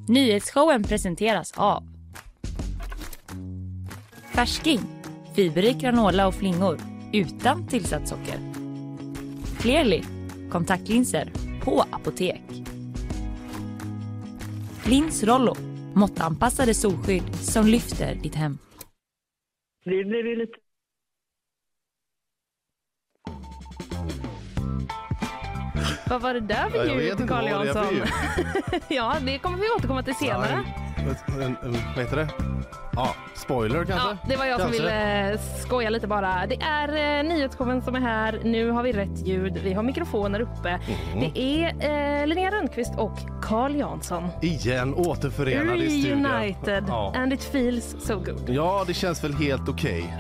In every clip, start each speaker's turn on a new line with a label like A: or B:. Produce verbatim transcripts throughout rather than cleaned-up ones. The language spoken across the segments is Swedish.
A: Nyhetsshowen presenteras av Färsking, fiberrik granola och flingor utan tillsatt socker. Clearly, kontaktlinser på apotek. Lins Rollo, måttanpassade solskydd som lyfter ditt hem.
B: Vi blev ju lite...
C: Vad var det där för
D: Ja,
C: ljud, Carl Jansson? Ja, det kommer vi återkomma till senare.
D: Ja, en, en, en, vad heter det? Ja, spoiler kanske?
C: Ja, det var jag
D: kanske.
C: som ville skoja lite bara. Det är eh, nyhetsshowen som är här. Nu har vi rätt ljud. Vi har mikrofoner uppe. Mm. Det är eh, Linnea Rönnqvist och Carl Jansson.
D: Igen, återförenade i studion.
C: Reunited.
D: Ja.
C: And it feels so good.
D: Ja, det känns väl helt okej.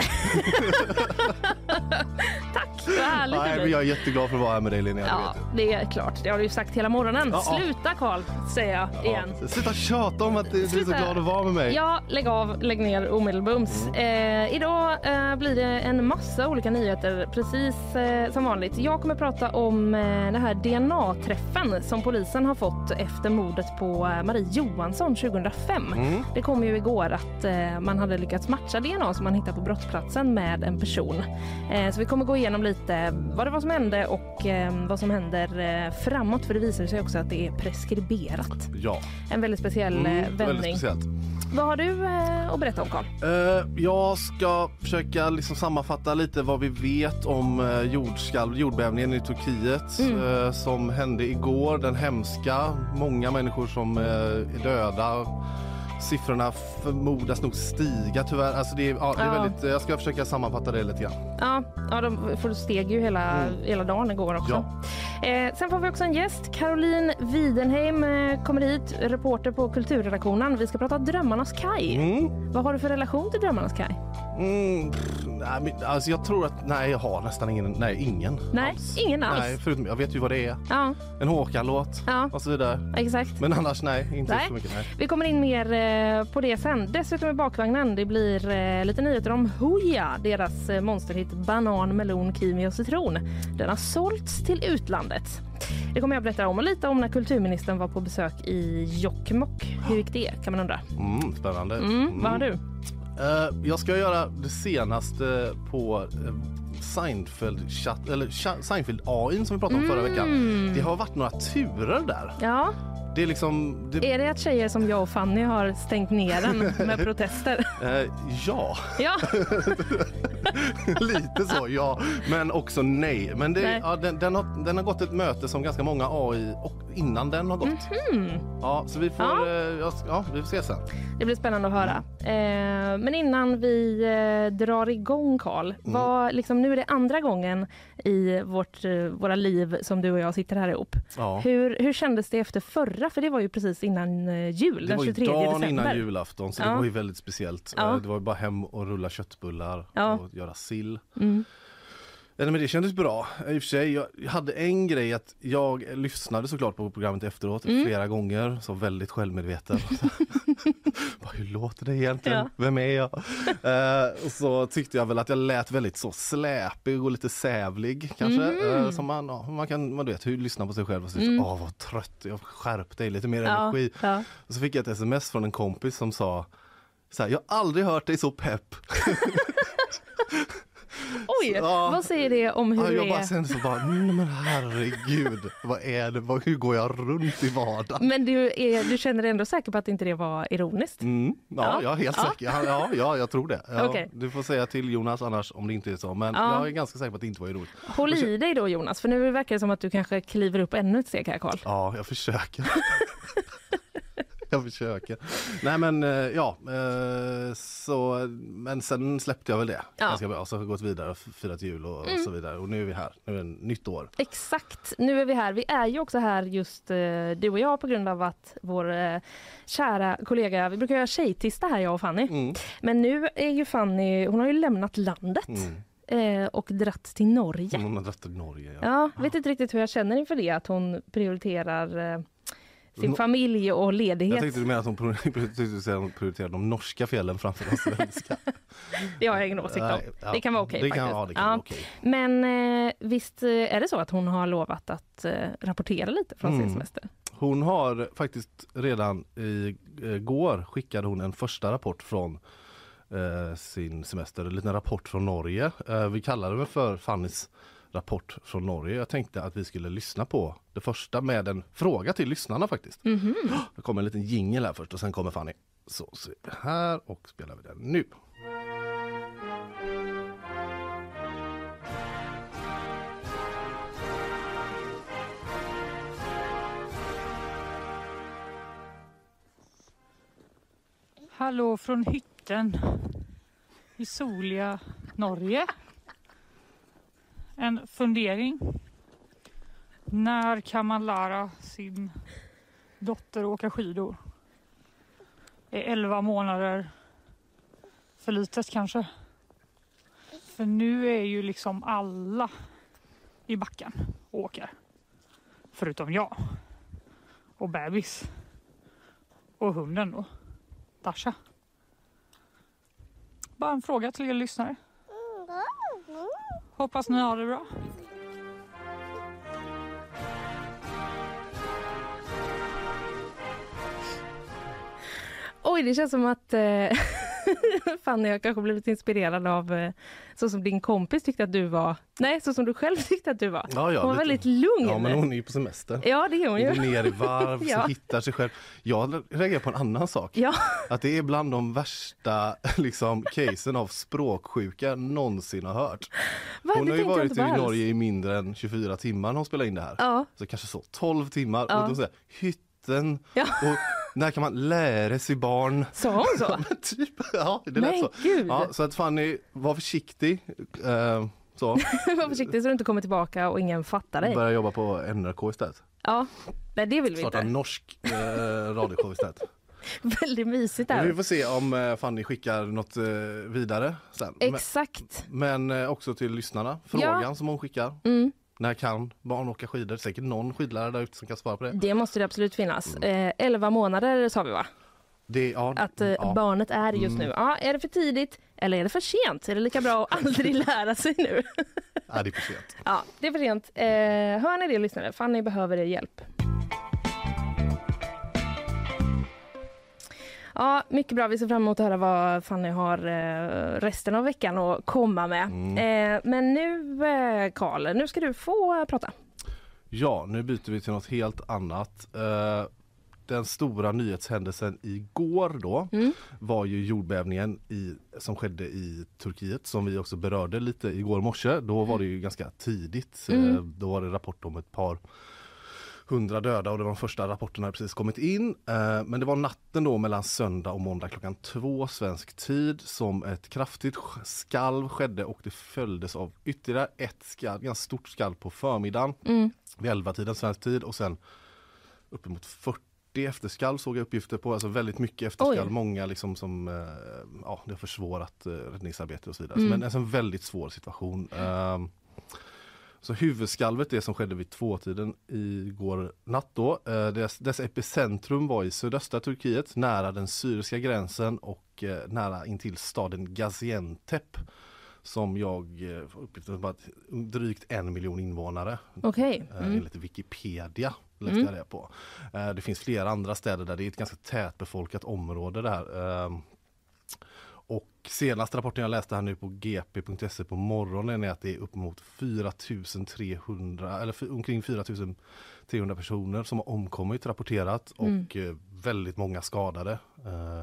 C: Tack, vad härligt.
D: Nej, men jag är jätteglad för att vara här med dig, Linnea.
C: Ja, det är klart. Det har du ju sagt hela morgonen.
D: Ja, ja.
C: Sluta, Carl, säger jag igen.
D: Ja. Sluta tjata om att du är så glad att vara med mig.
C: Ja, lägg av, lägg ner omedelbums. Mm. Eh, idag eh, blir det en massa olika nyheter, precis eh, som vanligt. Jag kommer prata om eh, det här D N A-träffen som polisen har fått efter mordet på eh, Marie Johansson tjugohundrafem. Mm. Det kom ju igår att eh, man hade lyckats matcha D N A som man hittade på brottsplatsen med en person. Eh, så vi kommer gå igenom lite vad det var som hände och eh, vad som händer eh, framåt, för det visar sig också att det är preskriberat.
D: Ja.
C: En väldigt speciell mm, eh, vändning.
D: Väldigt speciellt.
C: Vad har du eh, att berätta om, Carl?
D: Uh, jag ska försöka liksom sammanfatta lite vad vi vet om uh, jordskalv, jordbävningen i Turkiet mm. uh, som hände igår. Den hemska, många människor som uh, är döda. Siffrorna förmodas nog stiga tyvärr. Alltså det är, ja, det är
C: ja.
D: väldigt, jag ska försöka sammanfatta det lite grann.
C: Ja, ja de får steg ju hela, mm. hela dagen igår också.
D: Ja.
C: Eh, sen får vi också en gäst. Caroline Widenheim eh, kommer hit, reporter på Kulturredaktionen. Vi ska prata Drömmarnas kaj. Mm. Vad har du för relation till Drömmarnas kaj?
D: Mm, pff, nej, men, alltså jag tror att, nej jag har nästan ingen, nej ingen
C: Nej,
D: alls.
C: ingen alls.
D: Nej, förutom jag vet ju vad det är.
C: Ja.
D: En Håkan-låt
C: ja.
D: och så vidare.
C: Exakt.
D: Men annars nej, inte
C: nej.
D: så mycket. Nej.
C: Vi kommer in mer eh, på det sen. Dessutom i bakvagnen, det blir eh, lite nyheter om Hooja, deras eh, monsterhit Banan, melon, kiwi och citron. Den har sålts till utlandet. Det kommer jag berätta om, och lite om när kulturministern var på besök i Jokkmokk. Hur gick det, kan man undra.
D: Mm, spännande.
C: Mm,
D: Mm.
C: vad har du?
D: Uh, jag ska göra det senaste på uh, Seinfeld chat, eller Seinfeld A I som vi pratade om
C: mm.
D: förra veckan. Det har varit några turer där.
C: Ja.
D: Det är liksom... Det...
C: Är det att tjejer som jag och Fanny har stängt ner den med protester?
D: Uh, ja.
C: Ja.
D: Lite så, ja. Men också nej. Men det, ja, den, den, har, den har gått ett möte som ganska många A I och innan den har gått.
C: Mm-hmm.
D: Ja, så vi får,
C: ja.
D: Uh, ja, vi får se sen.
C: Det blir spännande att höra. Eh, men innan vi eh, drar igång, Carl, mm. vad, liksom, nu är det andra gången i vårt, eh, våra liv som du och jag sitter här ihop.
D: Ja.
C: Hur, hur kändes det efter förra? För det var ju precis innan eh, jul,
D: det
C: den tjugotredje
D: december. Det var ju dagen
C: december.
D: innan julafton, så
C: ja.
D: det var ju väldigt speciellt.
C: Ja.
D: Det var ju bara hem och rulla köttbullar
C: ja.
D: och göra sill.
C: Mm.
D: Men det kändes bra. I och för sig, jag hade en grej att jag lyssnade såklart på programmet efteråt mm. flera gånger, så väldigt självmedveten. Hur låter det egentligen? Ja. Vem är jag? uh, och så tyckte jag väl att jag lät väldigt så släpig och lite sävlig kanske. Mm. Uh, som man, uh, man kan, man vet, hur lyssna på sig själv och säga mm. åh vad trött, jag skärp dig, lite mer ja. energi. Ja. Och så fick jag ett sms från en kompis som sa så här, jag har aldrig hört dig så pepp.
C: Oj, ja, vad säger det om hur
D: ja,
C: det
D: jag
C: är?
D: bara sen så bara, men herregud, vad är det? Vad, hur går jag runt i vardagen?
C: Men du, är, du känner dig ändå säker på att inte det var ironiskt?
D: Mm, ja, ja, jag är helt ja. säker. Ja, ja, jag tror det. Ja,
C: okay.
D: Du får säga till Jonas annars om det inte är så. Men ja. jag är ganska säker på att det inte var ironiskt.
C: Håll i dig då, Jonas, för nu verkar det som att du kanske kliver upp ännu ett steg här, Carl.
D: Ja, jag försöker. Jag försöker. Nej men ja, så men sen släppte jag väl det. Ja. Ganska bra, så har jag gått vidare och firat jul och, mm. och så vidare. Och nu är vi här, nu är det nytt år.
C: Exakt, nu är vi här. Vi är ju också här just du och jag på grund av att vår kära kollega, vi brukar göra tjejtista här, jag och Fanny. Mm. Men nu är ju Fanny, hon har ju lämnat landet. Mm. Och dratt till Norge.
D: Hon har dratt till Norge, ja.
C: Ja, vet inte riktigt hur jag känner inför det, att hon prioriterar sin familj och ledighet.
D: Jag tänkte du menar att hon prioriterar de norska fjällen framför de svenska.
C: Det har jag ingen åsikt om. Ja, det kan vara okej okay, faktiskt.
D: Ja, det kan ja. vara okej.
C: Men eh, visst är det så att hon har lovat att eh, rapportera lite från mm. sin semester?
D: Hon har faktiskt redan i eh, går skickade hon en första rapport från eh, sin semester. En liten rapport från Norge. Eh, vi kallar det för Fannys rapport från Norge. Jag tänkte att vi skulle lyssna på det första med en fråga till lyssnarna faktiskt.
C: Mm-hmm.
D: Det kommer en liten jingle här först och sen kommer Fanny. Så ser vi här och spelar vi den nu.
E: Hallå från hytten i soliga Norge. En fundering. När kan man lära sin dotter åka skidor? Är elva månader för litet kanske? För nu är ju liksom alla i backen och åker. Förutom jag. Och bebis. Och hunden då. Dasha. Bara en fråga till er lyssnare. Hoppas ni har det bra.
C: Oj, det känns som att eh, Fanny har kanske blivit inspirerad av eh, så som din kompis tyckte att du var. Nej, så som du själv tyckte att du var.
D: Ja, ja,
C: hon var
D: lite.
C: väldigt lugn.
D: Ja, men hon är ju på semester.
C: Ja, det är hon ju.
D: Går ner i varv,
C: Ja.
D: så hittar sig själv. Jag reagerar på en annan sak.
C: Ja.
D: Att det är bland de värsta liksom, casen av språksjuka någonsin har hört.
C: Va,
D: Hon
C: det
D: har ju
C: tänkte jag
D: varit
C: inte
D: i
C: alls.
D: Norge i mindre än tjugofyra timmar när hon spelar in det här.
C: Ja.
D: Så kanske så, tolv timmar.
C: Ja.
D: Och då säger hytten.
C: Ja.
D: Och när kan man lära sig barn?
C: Sa hon så?
D: Men typ, ja, det lät
C: Men
D: så.
C: gud.
D: Ja, så att Fanny, var försiktig. Uh, så.
C: Var försiktig så du inte kommer tillbaka och ingen fattar dig.
D: Börja jobba på N R K istället.
C: Ja, nej det vill vi
D: Starta
C: inte.
D: en norsk eh, radioshow istället.
C: Väldigt mysigt
D: Men vi
C: där.
D: får se om eh, Fanny skickar något eh, vidare sen.
C: Exakt.
D: Men, men eh, också till lyssnarna. Frågan
C: Ja.
D: som hon skickar.
C: Mm.
D: När kan barn åka skidor? Säkert någon skidlärare där ute som kan svara på det.
C: Det måste det absolut finnas. Eh, elva månader sa vi va?
D: det ja,
C: Att eh,
D: ja.
C: barnet är just nu. Ja, är det för tidigt eller är det för sent? Är det lika bra att aldrig lära sig nu?
D: Ja, det är för sent.
C: Ja, det är för sent. Eh, hör ni det lyssnare? Fanny behöver er hjälp. Ja, mycket bra. Vi ser fram emot att höra vad Fanny har eh, resten av veckan att komma med.
D: Mm.
C: Eh, men nu, eh, Karl, nu ska du få eh, prata.
D: Ja, nu byter vi till något helt annat. Eh, den stora nyhetshändelsen igår då
C: Mm.
D: var ju jordbävningen i, som skedde i Turkiet som vi också berörde lite igår morse. Då var det ju ganska tidigt.
C: Mm.
D: Eh, då var det rapport om ett par hundra döda och det var de första rapporterna hade precis kommit in. Eh, men det var natten då mellan söndag och måndag klockan två svensk tid som ett kraftigt skalv skedde och det följdes av ytterligare ett skalv, ganska stort skalv på förmiddagen
C: Mm.
D: vid elva tiden svensk tid och sen uppemot fyrtio efterskalv såg jag uppgifter på, alltså väldigt mycket efterskalv,
C: Oj.
D: många liksom som, eh, ja det har försvårat eh, räddningsarbete och så vidare.
C: Mm.
D: Men alltså en väldigt svår situation. Um, Så huvudskalvet, det som skedde vid tvåtiden igår natt då, eh, dess, dess epicentrum var i sydöstra Turkiet, nära den syriska gränsen och eh, nära intill staden Gaziantep som jag eh, uppgiften var att drygt en miljon invånare.
C: Okej.
D: Eh,
C: Mm.
D: enligt Wikipedia läste
C: Mm.
D: jag det på. Eh, det finns flera andra städer där det är ett ganska tätbefolkat område där. Eh, Och senaste rapporten jag läste här nu på g p punkt se på morgonen är att det är upp mot fyra tusen trehundra eller för, omkring fyra tusen trehundra personer som har omkommit rapporterat och
C: Mm.
D: eh, väldigt många skadade. Uh,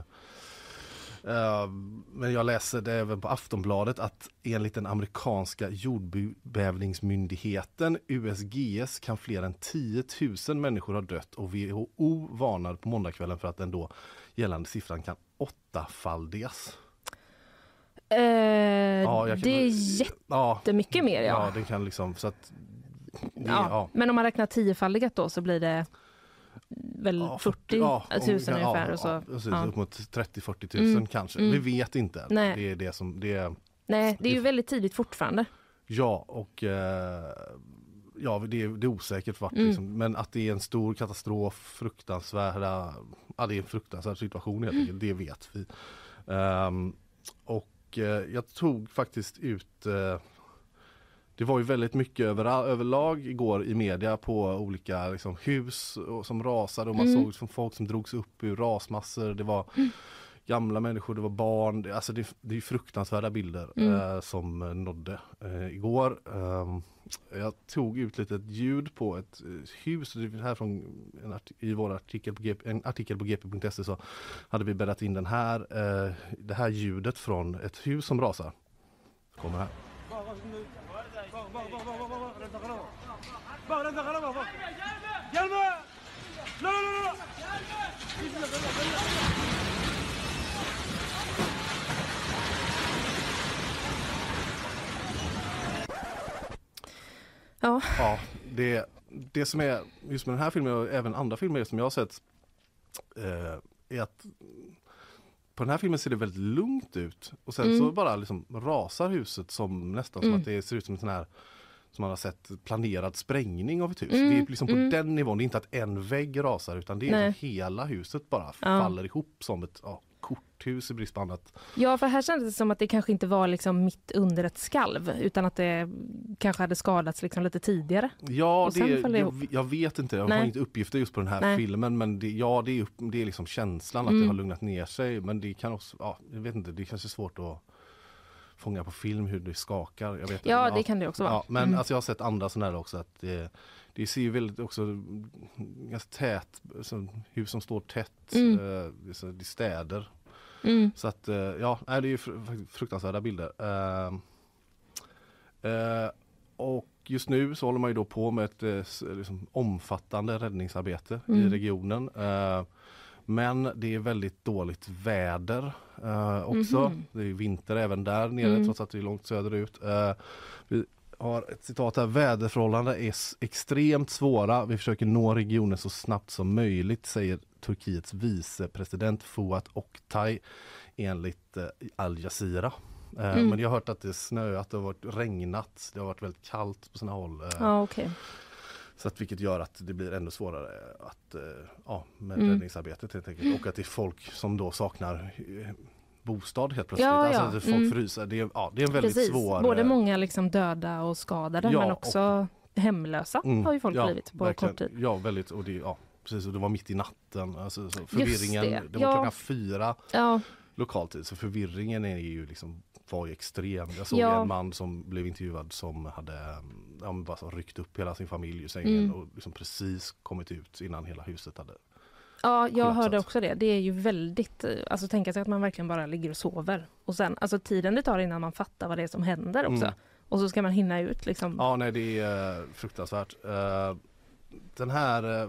D: uh, men jag läser det även på Aftonbladet att enligt den amerikanska jordbävningsmyndigheten U S G S kan fler än tio tusen människor ha dött och W H O varnar på måndagskvällen för att den då gällande siffran kan åttafaldigas.
C: Eh,
D: Ja, jag kan-
C: det är
D: Ja,
C: jättemycket mer, ja.
D: ja, den kan liksom så att det,
C: Ja.
D: ja.
C: Men om man räknar tiofaldigat då så blir det väl
D: Ja,
C: fyrtio
D: ja,
C: tusen
D: om-
C: ungefär.
D: ja,
C: och så.
D: ja, precis,
C: Ja.
D: upp mot trettio till fyrtio tusen
C: Mm,
D: kanske.
C: mm.
D: Vi vet inte.
C: Nej.
D: Det är det som det är.
C: Nej, det är ju
D: det-
C: väldigt tidigt fortfarande.
D: Ja, och eh, ja, det är, det är osäkert vart
C: Mm.
D: liksom, men att det är en stor katastrof, fruktansvärda, ja, det är en fruktansvärd situation helt enkelt, det vet vi. Ehm, och eh, jag tog faktiskt ut eh, det var ju väldigt mycket över, överlag igår i media på olika liksom, hus som rasade och man
C: Mm.
D: såg som folk som drogs upp ur rasmassor. Det var
C: Mm.
D: gamla människor, det var barn. Det, alltså det, det är fruktansvärda bilder
C: Mm.
D: eh, som nådde eh, igår. Um, jag tog ut lite ljud på ett eh, hus. Det här från en art- i vår artikel på, G P, en artikel på g p punkt se så hade vi bäddat in den här, eh, det här ljudet från ett hus som rasar. Kommer här.
C: Ja.
D: Ja, det, det som är just med den här filmen och även andra filmer som jag har sett eh, är att på den här filmen ser det väldigt lugnt ut och sen
C: Mm.
D: så bara liksom rasar huset som nästan
C: Mm.
D: som att det ser ut som en sån här som man har sett planerad sprängning av ett hus.
C: Mm,
D: Det är liksom på
C: mm.
D: den nivån, det är inte att en vägg rasar utan det är
C: Nej.
D: att hela huset bara
C: Ja.
D: faller ihop som ett ja, korthus i brist på annat.
C: Ja, för här kändes det som att det kanske inte var liksom mitt under ett skalv utan att det kanske hade skadats liksom lite tidigare.
D: Ja,
C: Och sen
D: det,
C: faller det
D: jag, jag vet inte, jag
C: Nej.
D: har inte uppgifter just på den här
C: Nej.
D: filmen men det, ja, det är, upp, det är liksom känslan att
C: Mm.
D: det har lugnat ner sig men det kan också, ja, jag vet inte, det är kanske svårt att fånga på film hur det skakar. Jag vet
C: Ja,
D: inte.
C: det kan det också vara.
D: Ja, men
C: Mm.
D: alltså jag har sett andra sådana här också att det, det ser ju väldigt också ganska tät, så, hus som står tätt,
C: Mm.
D: eh, det är så- det är städer.
C: Mm.
D: Så att, eh, ja, nej, det är ju fr- fruktansvärda bilder. Eh, eh, och just nu så håller man ju då på med ett eh, s- liksom, omfattande räddningsarbete i
C: Mm.
D: regionen. Eh, men det är väldigt dåligt väder eh, också.
C: Mhm.
D: Det är vinter även där nere
C: Mm.
D: trots att det är långt söderut. Eh, vi har ett citat här. Väderförhållanden är s- extremt svåra. Vi försöker nå regionen så snabbt som möjligt, säger Turkiets vicepresident Fuat Oktay enligt eh, Al Jazeera. Eh,
C: Mm.
D: Men jag har hört att det snöat, det har varit regnat, det har varit väldigt kallt på sina håll. Eh,
C: Ja, okej.
D: Så att, vilket gör att det blir ännu svårare att, eh, ja, med
C: Mm.
D: räddningsarbetet helt enkelt. Och att det är folk som då saknar eh, bostad helt plötsligt.
C: Ja,
D: alltså
C: ja.
D: att folk
C: Mm.
D: fryser. Det är, ja, det är en väldigt
C: Precis.
D: svår...
C: Både
D: eh,
C: många liksom döda och skadade
D: Ja,
C: men också hemlösa
D: Mm,
C: har ju folk
D: ja,
C: blivit på
D: verkligen.
C: kort tid.
D: Ja, väldigt. Och det, ja, precis. Och det var mitt i natten. Alltså, så förvirringen,
C: det.
D: det. var
C: Ja.
D: klockan fyra
C: Ja,
D: lokaltid. Så förvirringen är ju liksom, var ju extrem. Jag såg
C: Ja.
D: en man som blev intervjuad som hade ja, men bara så ryckt upp hela sin familj ur sängen
C: Mm.
D: och liksom precis kommit ut innan hela huset hade.
C: ja jag
D: Kollapsat.
C: hörde också det. Det är ju väldigt, eh, alltså tänka sig att man verkligen bara ligger och sover. Och sen, alltså tiden det tar innan man fattar vad det är som händer också.
D: Mm.
C: Och så ska man hinna ut liksom.
D: Ja, nej, det är uh, fruktansvärt. Uh, den här... Uh,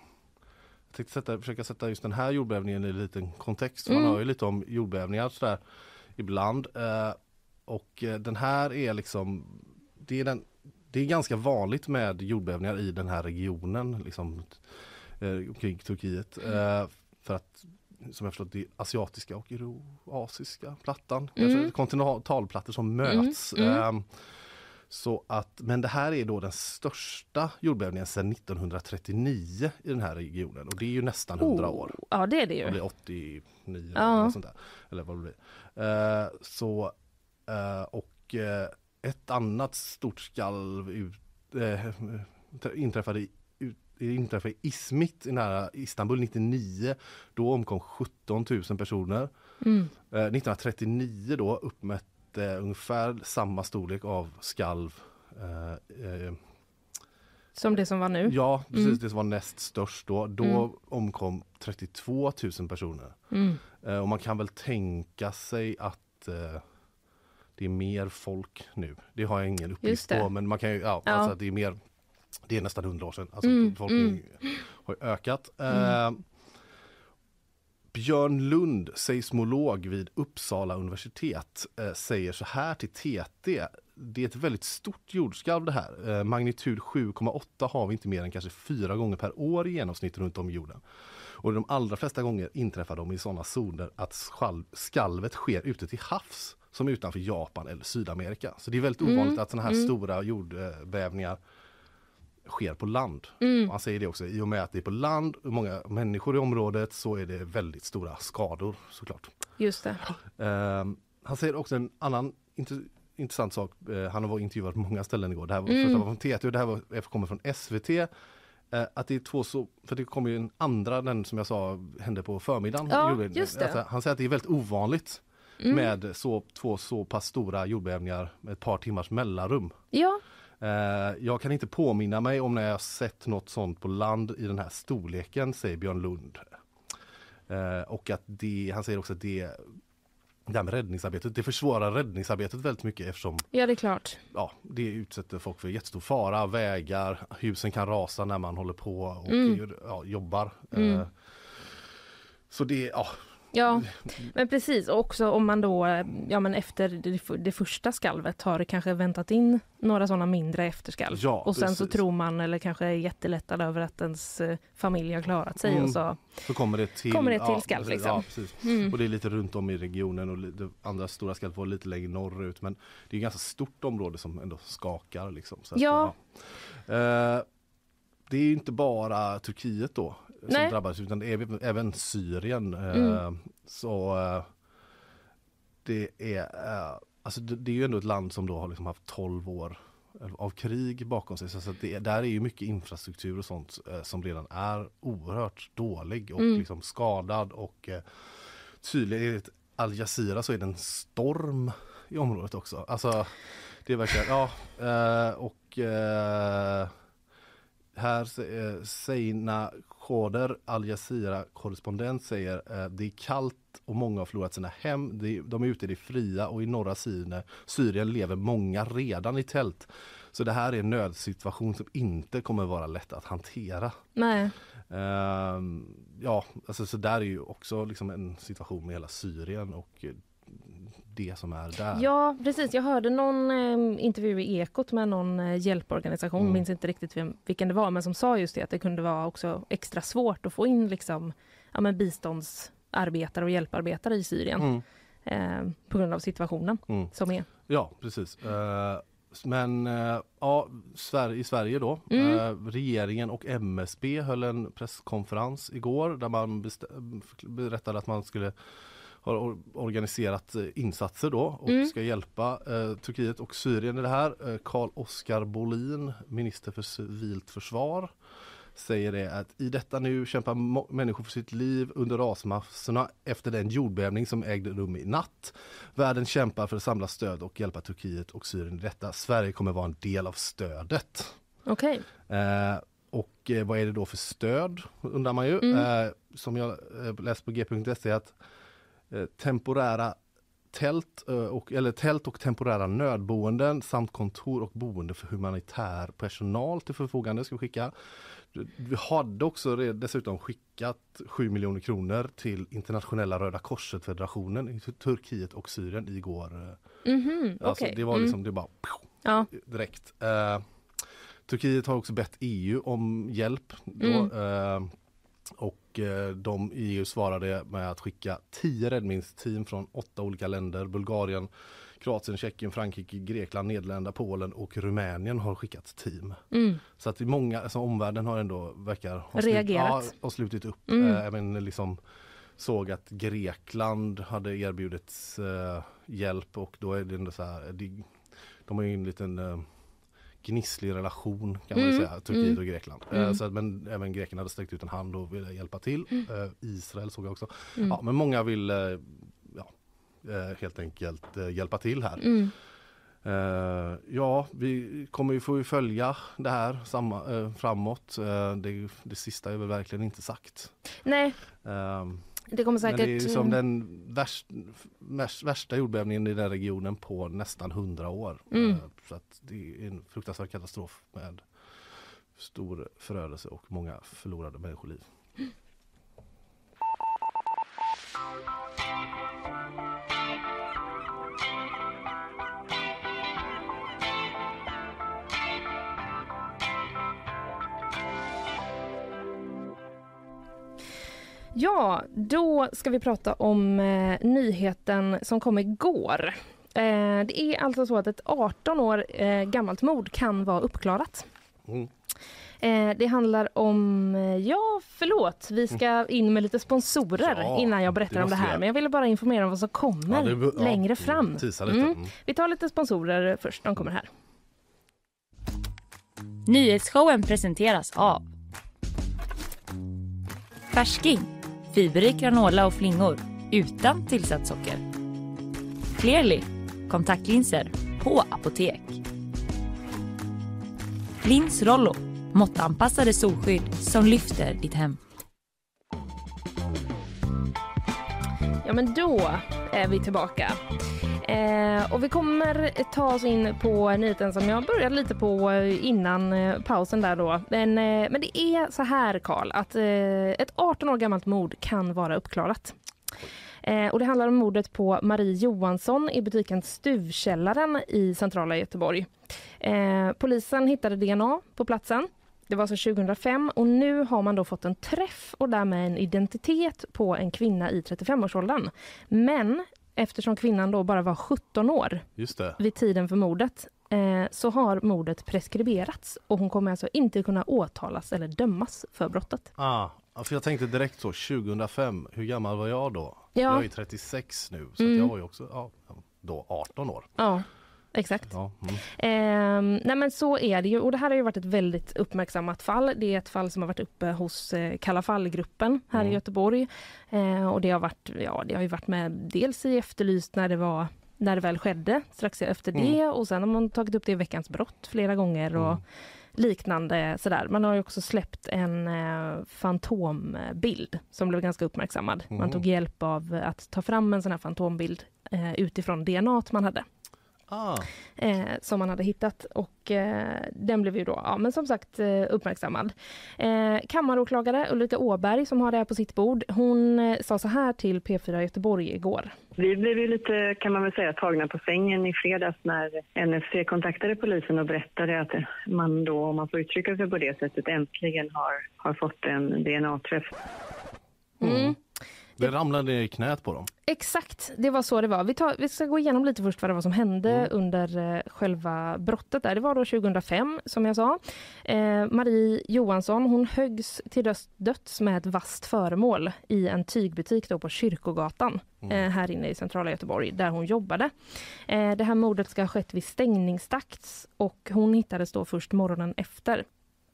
D: jag tänkte sätta, försöka sätta just den här jordbävningen i en liten kontext.
C: Mm.
D: Man hör ju lite om jordbävningar sådär ibland. Uh, och uh, den här är liksom... Det är, den, det är ganska vanligt med jordbävningar i den här regionen liksom, uh, kring Turkiet. Uh, för att, som jag förstått, det är asiatiska och euroasiska plattan.
C: Mm.
D: Kanske kontinentalplattor som möts.
C: Mm, mm.
D: Um, Så att, men det här är då den största jordbävningen sedan nittonhundratrettionio i den här regionen. Och det är ju nästan hundra år.
C: Oh, ja, det är det
D: Det
C: ju.
D: blir åttionio
C: Ja.
D: eller något sånt där. Eller vad det blir. Eh, så, eh, och eh, ett annat stort skalv ut, eh, inträffade i ut- inträffade i Izmit i nära Istanbul nittionio. Då omkom sjutton tusen personer.
C: Mm.
D: Eh, nittonhundratrettionio då uppmätte ungefär samma storlek av skalv. Eh, eh,
C: Som det som var nu.
D: ja, precis.
C: Mm.
D: Det som var näst störst då. Då
C: Mm.
D: omkom trettiotvå tusen personer.
C: Mm.
D: Eh, och man kan väl tänka sig att eh, det är mer folk nu. Det har jag ingen
C: Just
D: uppgift
C: det.
D: på. Men man kan ju, ja,
C: Ja.
D: Alltså att det är mer. Det är nästan hundra år sedan. Alltså
C: Mm,
D: befolkningen har ju ökat. Eh, Björn Lund, seismolog vid Uppsala universitet, eh, säger så här till T T. Det är ett väldigt stort jordskalv det här. Eh, magnitud sju komma åtta har vi inte mer än kanske fyra gånger per år i genomsnitt runt om jorden. Och de allra flesta gånger inträffar de i sådana zoner att skal- skalvet sker ute till havs, som utanför Japan eller Sydamerika. Så det är väldigt
C: Mm,
D: ovanligt att sådana här
C: mm.
D: stora jordbävningar sker på land.
C: Mm.
D: Han säger det också, i och med att det är på land och många människor i området så är det väldigt stora skador såklart.
C: Just det.
D: Eh, han säger också en annan int- intressant sak. Eh, han var intervjuad på många ställen igår. Det här var,
C: Mm.
D: första var från T T och det här var, kommer från S V T. Eh, att det är två så, för det kommer ju en andra, den som jag sa hände på förmiddagen.
C: Ja,
D: jordbävning.
C: just det.
D: Alltså, han säger att det är väldigt ovanligt
C: Mm.
D: med så, två så pass stora jordbävningar med ett par timmars mellanrum.
C: Ja,
D: Eh, jag kan inte påminna mig om när jag sett något sånt på land i den här storleken, säger Björn Lund. Eh, och att det, han säger också att det, det här med räddningsarbetet, det försvårar räddningsarbetet väldigt mycket eftersom
C: ja, det är klart.
D: ja, det utsätter folk för jättestor fara, vägar, husen kan rasa när man håller på och
C: Mm.
D: ja, jobbar.
C: Mm.
D: Eh, så det, ja.
C: Ja, men precis. Och också om man då, ja men efter det, det första skalvet har det kanske väntat in några sådana mindre efterskalv.
D: Ja,
C: och sen så
D: precis.
C: tror man, eller kanske är jättelättad över att ens eh, familj har klarat sig.
D: Mm.
C: Och så
D: Så kommer det till,
C: kommer det till
D: ja,
C: skalv
D: precis,
C: liksom.
D: ja, precis.
C: Mm.
D: Och det är lite runt om i regionen och det andra stora skalvet var lite längre norrut. Men det är ett ganska stort område som ändå skakar. Liksom, så att,
C: Ja.
D: ja. Eh, det är ju inte bara Turkiet då som
C: Nej.
D: drabbas utan det är även Syrien. Eh,
C: Mm.
D: Så eh, det är eh, alltså det, det är ju ändå ett land som då har liksom haft tolv år av krig bakom sig. Så att det, där är ju mycket infrastruktur och sånt eh, som redan är oerhört dålig och
C: Mm.
D: liksom skadad och eh, tydligen enligt Al Jazeera så är det en storm i området också. Alltså det är verkligen, ja eh, och eh, här eh, Seina Khoder, Al Jazeera-korrespondent, säger eh, det är kallt och många har förlorat sina hem. De, de är ute i det fria och i norra Syrien, Syrien lever många redan i tält. Så det här är en nödsituation som inte kommer vara lätt att hantera.
C: Nej.
D: Eh, ja, alltså så där är ju också liksom en situation med hela Syrien och eh, det som är där.
C: Ja, precis. Jag hörde någon eh, intervju i Ekot med någon eh, hjälporganisation,
D: Mm.
C: minns inte riktigt vem, vilken det var, men som sa just det att det kunde vara också extra svårt att få in liksom, ja, men biståndsarbetare och hjälparbetare i Syrien
D: Mm.
C: eh, på grund av situationen
D: Mm.
C: som är.
D: Ja, precis. Eh, men eh, ja, Sverige, i Sverige då,
C: Mm.
D: eh, regeringen och M S B höll en presskonferens igår där man bestä- berättade att man skulle ha or- organiserat eh, insatser då och
C: Mm.
D: ska hjälpa eh, Turkiet och Syrien i det här. Eh, Carl-Oskar Bolin, minister för civilt försvar, säger det att i detta nu kämpar må- människor för sitt liv under rasmassorna efter den jordbävning som ägde rum i natt. Världen kämpar för att samla stöd och hjälpa Turkiet och Syrien i detta. Sverige kommer vara en del av stödet.
C: Okej.
D: Eh, och eh, vad är det då för stöd, undrar man ju.
C: Mm.
D: Eh, som jag eh, läst på g punkt se att eh, temporära tält, eh, och, eller tält och temporära nödboenden samt kontor och boende för humanitär personal till förfogande ska vi skicka. Vi hade också red- dessutom skickat sju miljoner kronor till internationella Röda Korset-federationen i Turkiet och Syrien igår.
C: Mhm,
D: Alltså,
C: okej.
D: det var liksom, det bara
C: Ja.
D: direkt. Eh, Turkiet har också bett E U om hjälp då,
C: Mm.
D: eh, och eh, de E U svarade med att skicka tio räddningsteam från åtta olika länder. Bulgarien, Kroatien, Tjeckien, Frankrike, Grekland, Nederländerna, Polen och Rumänien har skickat team.
C: Mm.
D: Så att det är många, alltså omvärlden har ändå verkar ha
C: Reagerat.
D: Slut, ja, har slutit upp.
C: Mm.
D: Eh, även liksom såg att Grekland hade erbjudits eh, hjälp och då är det ändå så här, de, de har ju en liten eh, gnisslig relation kan man
C: Mm.
D: säga, Turkiet
C: Mm.
D: och Grekland.
C: Mm.
D: Eh, så att, men även Grekland hade sträckt ut en hand och ville hjälpa till.
C: Mm.
D: Eh, Israel såg jag också.
C: Mm.
D: Ja, men många vill eh, ja, eh, helt enkelt eh, hjälpa till här.
C: Mm.
D: Eh, ja, vi kommer ju få ju följa det här samma, eh, framåt. Eh, det, det sista är väl verkligen inte sagt.
C: Nej,
D: Eh,
C: det kommer säkert.
D: men det är ju som den värst, värst, värsta jordbävningen i den regionen på nästan hundra år.
C: Mm.
D: Eh, så att det är en fruktansvärd katastrof med stor förödelse och många förlorade människoliv.
C: Ja, då ska vi prata om eh, nyheten som kom igår. Eh, det är alltså så att ett arton år eh, gammalt mord kan vara uppklarat.
D: Mm.
C: Eh, det handlar om, eh, ja förlåt, vi ska in med lite sponsorer
D: Ja,
C: innan jag berättar
D: det
C: om det
D: måste
C: här.
D: jag.
C: Men jag ville bara informera om vad som kommer
D: Ja, det- ja,
C: längre fram.
D: tisa lite.
C: Mm.
D: Mm.
C: Vi tar lite sponsorer först, de kommer här.
A: Nyhetsshowen presenteras av Färsking, fiberrik granola och flingor utan tillsatt socker. Clearly, kontaktlinser på apotek. Lins Rollo, måttanpassade solskydd som lyfter ditt hem.
C: Ja, men då är vi tillbaka. Eh, och vi kommer ta oss in på nyheten som jag började lite på innan eh, pausen där då. Men, eh, men det är så här, Carl, att eh, ett arton år gammalt mord kan vara uppklarat. Eh, och det handlar om mordet på Marie Johansson i butiken Stuvkällaren i centrala Göteborg. Eh, polisen hittade D N A på platsen. Det var så tjugohundrafem och nu har man då fått en träff och därmed en identitet på en kvinna i trettiofemårsåldern. Men eftersom kvinnan då bara var sjutton år
D: Just det.
C: vid tiden för mordet eh, så har mordet preskriberats och hon kommer alltså inte kunna åtalas eller dömas för brottet.
D: Ah, för jag tänkte direkt så, tjugohundrafem, hur gammal var jag då?
C: Ja.
D: Jag är trettiosex nu, så
C: Mm.
D: att jag var ju också ja, då arton år.
C: Ja, exakt.
D: Ja, mm.
C: Eh, nej men så är det ju, och det här har ju varit ett väldigt uppmärksammat fall. Det är ett fall som har varit uppe hos eh, Kalla fall-gruppen här
D: Mm.
C: i Göteborg. Eh, och det har varit, ja, det har ju varit med dels i Efterlyst när det var när det väl skedde, strax efter
D: Mm.
C: det, och sen har man tagit upp det i Veckans brott flera gånger och
D: Mm.
C: liknande sådär. Man har ju också släppt en eh, fantombild som blev ganska uppmärksammad. Man
D: Mm.
C: tog hjälp av att ta fram en sån här fantombild eh, utifrån D N A man hade.
D: Ah,
C: Eh, som man hade hittat och eh, den blev ju då, ja men som sagt eh, uppmärksammad. Eh, kammaråklagare Ulrika Åberg som har det här på sitt bord, hon eh, sa så här till P fyra Göteborg igår.
B: Vi blev ju lite, kan man väl säga, tagna på sängen i fredags när N F C kontaktade polisen och berättade att man då, om man får uttrycka sig på det sättet, äntligen har, har fått en D N A-träff.
C: Mm.
D: det ramlade ner i knät på dem.
C: Exakt, det var så det var. Vi, tar, vi ska gå igenom lite först vad det var som hände
D: Mm.
C: under eh, själva brottet där. Det var då tjugohundrafem som jag sa. Eh, Marie Johansson, hon höggs till döds, döds med ett vasst föremål i en tygbutik då på Kyrkogatan
D: Mm.
C: eh, här inne i centrala Göteborg där hon jobbade. Eh, det här mordet ska ha skett vid stängningsdags och hon hittades då först morgonen efter.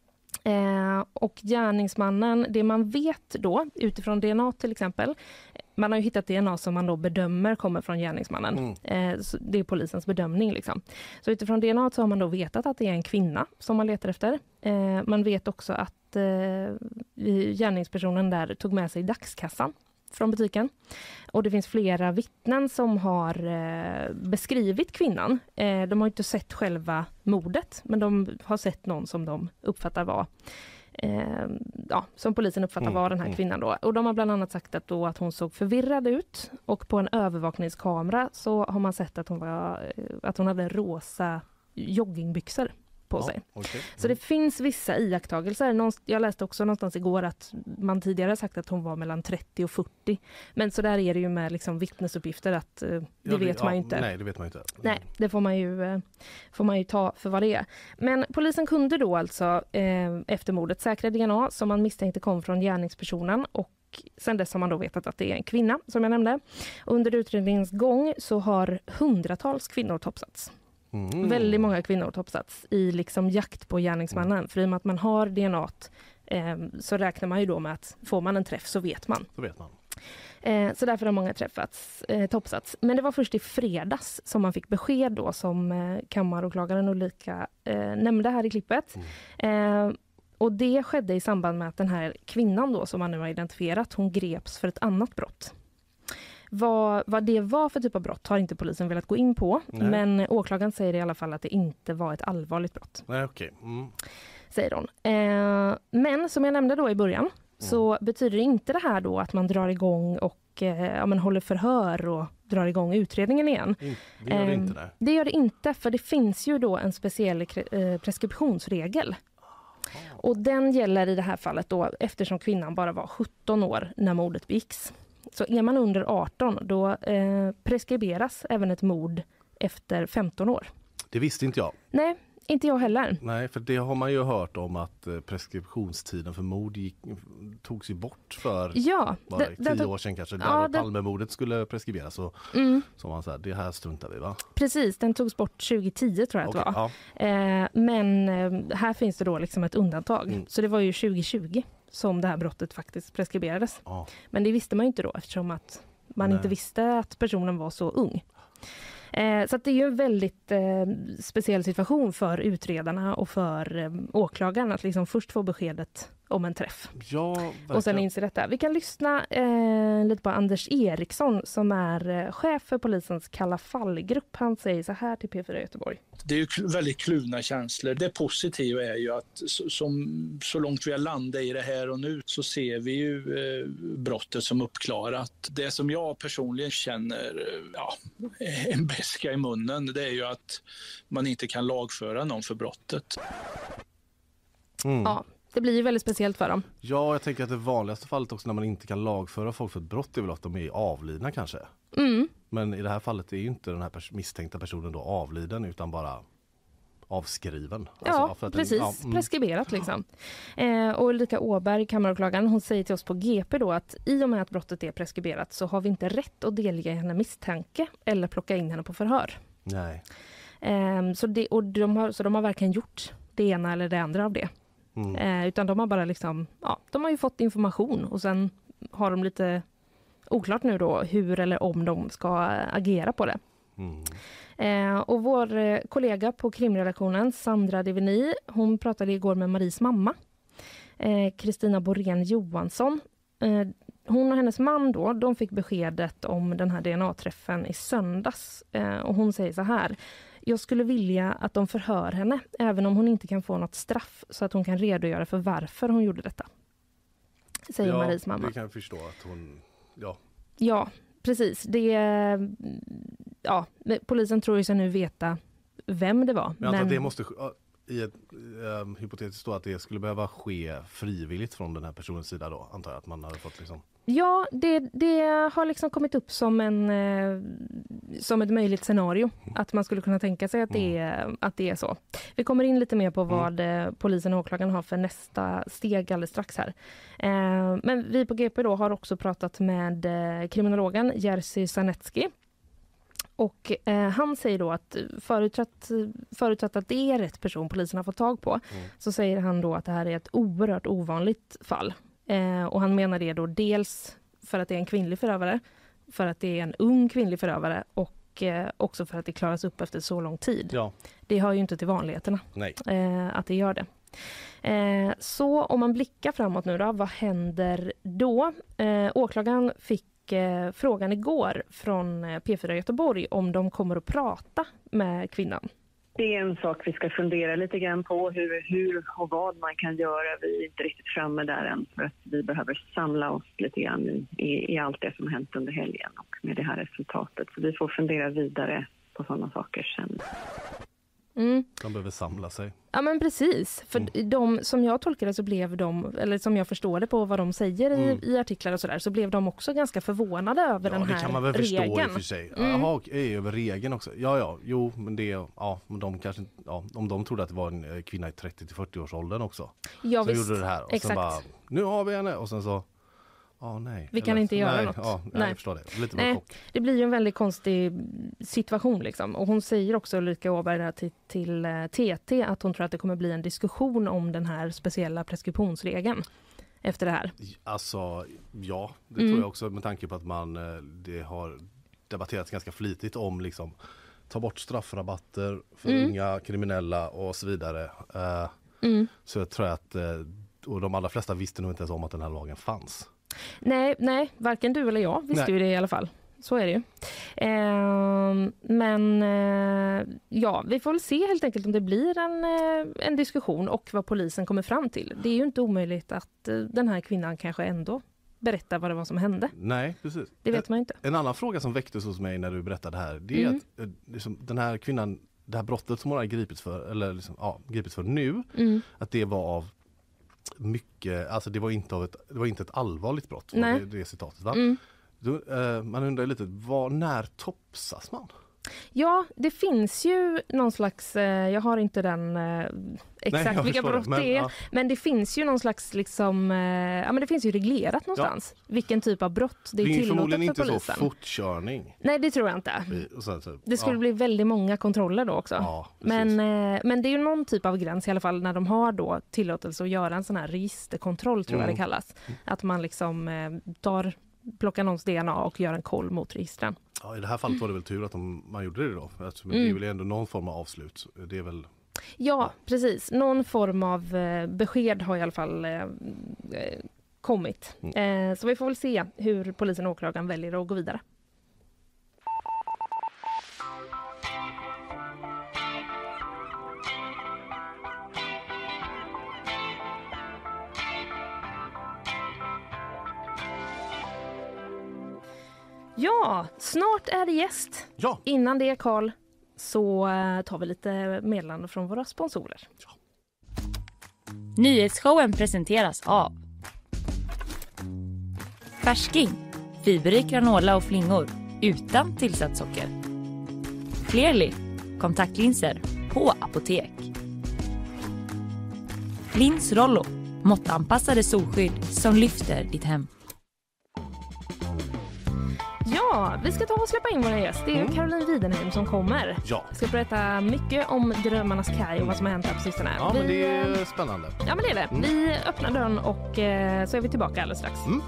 C: Eh, och gärningsmannen, det man vet då utifrån D N A till exempel, man har ju hittat D N A som man då bedömer kommer från gärningsmannen.
D: Mm.
C: Eh, så det är polisens bedömning liksom. Så utifrån D N A så har man då vetat att det är en kvinna som man letar efter. Eh, man vet också att eh, gärningspersonen där tog med sig dagskassan från butiken. Och det finns flera vittnen som har eh, beskrivit kvinnan. Eh, de har inte sett själva mordet, men de har sett någon som de uppfattar var eh, ja, som polisen uppfattar
D: Mm,
C: var den här
D: mm.
C: kvinnan då. Och de har bland annat sagt att, då att hon såg förvirrad ut och på en övervakningskamera så har man sett att hon, var, eh, att hon hade rosa joggingbyxor på
D: Ja,
C: sig.
D: okej.
C: Så det finns vissa iakttagelser. Någonst- Jag läste också någonstans igår att man tidigare sagt att hon var mellan trettio och fyrtio. Men så där är det ju med liksom vittnesuppgifter att eh, det
D: Ja,
C: vet man ju
D: ja,
C: inte.
D: Nej, det vet man ju inte.
C: Nej, det får man ju, eh, får man ju ta för vad det är. Men polisen kunde då alltså eh, efter mordet säkra D N A som man misstänkte kom från gärningspersonen och sen dess har man då vetat att det är en kvinna som jag nämnde. Under utredningens gång så har hundratals kvinnor topsats.
D: Mm.
C: Väldigt många kvinnor topsats i liksom jakt på gärningsmannen. För i och med att man har D N A eh, så räknar man ju då med att får man en träff så vet man.
D: Så vet man.
C: Eh, så därför har många träffats, eh, topsats. Men det var först i fredags som man fick besked då som eh, kammaråklagaren Ulrika eh, nämnde här i klippet. Eh, och det skedde i samband med att den här kvinnan då som man nu har identifierat, hon greps för ett annat brott. Vad, vad det var för typ av brott har inte polisen velat gå in på.
D: Nej.
C: Men åklagaren säger i alla fall att det inte var ett allvarligt brott,
D: Nej, okej. Mm.
C: säger hon. Eh, men som jag nämnde då i början så betyder inte det här då att man drar igång och eh, ja, men håller förhör och drar igång utredningen igen.
D: In, det gör det
C: Ehm,
D: inte där.
C: Det gör det inte, för det finns ju då en speciell kre- eh, preskriptionsregel. Och den gäller i det här fallet då eftersom kvinnan bara var sjutton år när mordet begicks. Så är man under arton då eh, preskriberas även ett mord efter femton år.
D: Det visste inte jag.
C: Nej, inte jag heller.
D: Nej, för det har man ju hört om att preskriptionstiden för mord gick, togs ju bort för
C: ja,
D: bara
C: det,
D: tio
C: det,
D: år sedan kanske.
C: Ja,
D: där
C: det,
D: Palmemordet skulle preskriberas så,
C: mm.
D: så man sa det här struntar vi va?
C: Precis, den togs bort tjugohundratio tror jag att
D: okay,
C: det var.
D: Ja.
C: Eh, men eh, här finns det då liksom ett undantag. Mm. Så det var ju tjugohundratjugo som det här brottet faktiskt preskriberades.
D: Ja.
C: Men det visste man ju inte då eftersom att man Nej. inte visste att personen var så ung. Eh, så att det är ju en väldigt eh, speciell situation för utredarna och för eh, åklagaren att liksom först få beskedet om en träff.
D: Ja,
C: och sen inser detta. Vi kan lyssna eh, lite på Anders Eriksson som är eh, chef för polisens Kalla fallgrupp. Han säger så här till P fyra Göteborg.
F: Det är ju väldigt kluvna känslor. Det positiva är ju att så, som, så långt vi har landat i det här och nu så ser vi ju eh, brottet som uppklarat. Det som jag personligen känner ja, en beska i munnen, det är ju att man inte kan lagföra någon för brottet.
D: Mm.
C: Ja. Det blir ju väldigt speciellt för dem.
D: Ja, jag tänker att det vanligaste fallet också när man inte kan lagföra folk för ett brott är väl att de är avlidna kanske.
C: Mm.
D: Men i det här fallet är ju inte den här pers- misstänkta personen då avliden utan bara avskriven.
C: Ja, alltså, för att precis. Den, ja, mm. Preskriberat liksom. Eh, och Ulrika Åberg, kammaråklagaren, hon säger till oss på G P då att i och med att brottet är preskriberat så har vi inte rätt att delge henne misstanke eller plocka in henne på förhör.
D: Nej.
C: Eh, så, det, och de har, så de har verkligen gjort det ena eller det andra av det. Mm. Eh, utan de har bara liksom, ja, de har ju fått information och sen har de lite oklart nu då hur eller om de ska agera på det.
D: Mm.
C: Eh, och vår eh, kollega på krimredaktionen, Sandra Deveni, hon pratade igår med Maries mamma, Kristina eh, Borén Johansson. Eh, hon och hennes man då, de fick beskedet om den här D N A-träffen i söndags. Eh, och hon säger så här: jag skulle vilja att de förhör henne, även om hon inte kan få något straff, så att hon kan redogöra för varför hon gjorde detta. Säger
D: ja,
C: Maries mamma.
D: Det kan jag förstå att hon, ja.
C: Ja, precis. Det, ja, polisen tror ju sig nu veta vem det var.
D: Men,
C: men...
D: det måste i ett um, hypotetiskt då att det skulle behöva ske frivilligt från den här personens sida då, antar jag att man hade fått liksom.
C: Ja, det, det har liksom kommit upp som en eh, som ett möjligt scenario. Att man skulle kunna tänka sig att det, är, att det är så. Vi kommer in lite mer på vad mm. polisen och åklagaren har för nästa steg alldeles strax här. Eh, men vi på G P då har också pratat med eh, kriminologen Jerzy Sarnecki. Och eh, han säger då att förutsatt, förutsatt att det är rätt person polisen har fått tag på, mm. så säger han då att det här är ett oerhört ovanligt fall. Eh, och han menar det då dels för att det är en kvinnlig förövare, för att det är en ung kvinnlig förövare och eh, också för att det klaras upp efter så lång tid.
D: Ja.
C: Det hör ju inte till vanligheterna
D: Nej.
C: Eh, att det gör det. Eh, så om man blickar framåt nu då, vad händer då? Eh, åklagaren fick eh, frågan igår från P fyra Göteborg om de kommer att prata med kvinnan.
B: Det är en sak vi ska fundera lite grann på, hur, hur och vad man kan göra. Vi är inte riktigt framme där än för att vi behöver samla oss lite grann i, i allt det som hänt under helgen och med det här resultatet. Så vi får fundera vidare på sådana saker sen.
C: Mm.
D: De behöver samla sig.
C: Ja men precis, för mm. de, som jag tolkar det så blev de, eller som jag förstår det på vad de säger mm. i, i artiklar och sådär, så blev de också ganska förvånade över
D: ja,
C: den här regeln.
D: Ja, det kan man väl
C: regeln.
D: förstå i och för sig. Mm. Jaha, är över regeln också. Ja, ja, jo, men det, ja, men de kanske, ja, om de trodde att det var en kvinna i trettio till fyrtio års åldern också.
C: Ja,
D: så
C: visst.
D: gjorde det här och
C: exakt.
D: sen bara, nu har vi henne och sen så Oh, nej.
C: Vi kan
D: Eller,
C: inte göra
D: nej,
C: något.
D: Ja, nej. Jag förstår det. Lite
C: nej,
D: chock.
C: Det blir ju en väldigt konstig situation liksom. Och hon säger också, Ulrika Åberg, till, till T T att hon tror att det kommer bli en diskussion om den här speciella preskriptionsregeln efter det här.
D: Alltså, ja, det
C: mm.
D: tror jag också med tanke på att man det har debatterats ganska flitigt om liksom ta bort straffrabatter för mm. unga kriminella och så vidare. Uh, mm. Så jag tror att och de allra flesta visste nog inte ens om att den här lagen fanns.
C: Nej, nej, varken du eller jag visste nej. ju det i alla fall. Så är det ju. Eh, men eh, ja, vi får väl se helt enkelt om det blir en, eh, en diskussion och vad polisen kommer fram till. Det är ju inte omöjligt att eh, den här kvinnan kanske ändå berättar vad det var som hände.
D: Nej, precis.
C: Det vet man ju inte.
D: En annan fråga som väcktes hos mig när du berättade det här, det är mm. att liksom, den här kvinnan, det här brottet som hon har gripits för, eller liksom, ja, gripits för nu, mm. att det var av mycket, alltså det var inte av ett, det var inte ett allvarligt brott, det, det citatet va? Mm. Då, eh, man undrar lite, var, när topsas man?
C: Ja, det finns ju någon slags, eh, jag har inte den eh, exakt
D: Nej,
C: vilka brott det, men, det är, ja. men det finns ju någon slags liksom, eh, ja men det finns ju reglerat någonstans ja. vilken typ av brott det är tillåtet för polisen. Det är förmodligen inte så
D: fortkörning.
C: Nej, det tror jag inte.
D: Sen, så,
C: det skulle
D: ja.
C: bli väldigt många kontroller då också.
D: Ja,
C: men, eh, men det är ju någon typ av gräns i alla fall när de har då tillåtelse att göra en sån här registerkontroll tror mm. jag det kallas. Att man liksom eh, tar, plockar någons D N A och gör en koll mot registren.
D: Ja, i det här fallet var det väl tur att de, man gjorde det då. Men
C: mm.
D: det är väl ändå någon form av avslut. Det är väl...
C: Ja, precis. Någon form av eh, besked har i alla fall eh, kommit. Mm. Eh, så vi får väl se hur polisen och åklagaren väljer att gå vidare. Ja, snart är det gäst.
D: Ja.
C: Innan det, Carl, så tar vi lite meddelande från våra sponsorer.
D: Ja.
A: Nyhetsshowen presenteras av Färsking, fiberrik granola och flingor utan tillsatt socker. Clearly, kontaktlinser på apotek. Lins Rollo, måttanpassade solskydd som lyfter ditt hem.
C: Ja, vi ska ta och släppa in vår gäst. Det är mm. Caroline Widenheim som kommer.
D: Ja.
C: Vi ska berätta mycket om Drömmarnas kaj och vad som har hänt här på sistone.
D: Ja,
C: vi,
D: men det är spännande.
C: Ja, men det är det. Mm. Vi öppnar dörren och eh, så är vi tillbaka alldeles strax. Mm.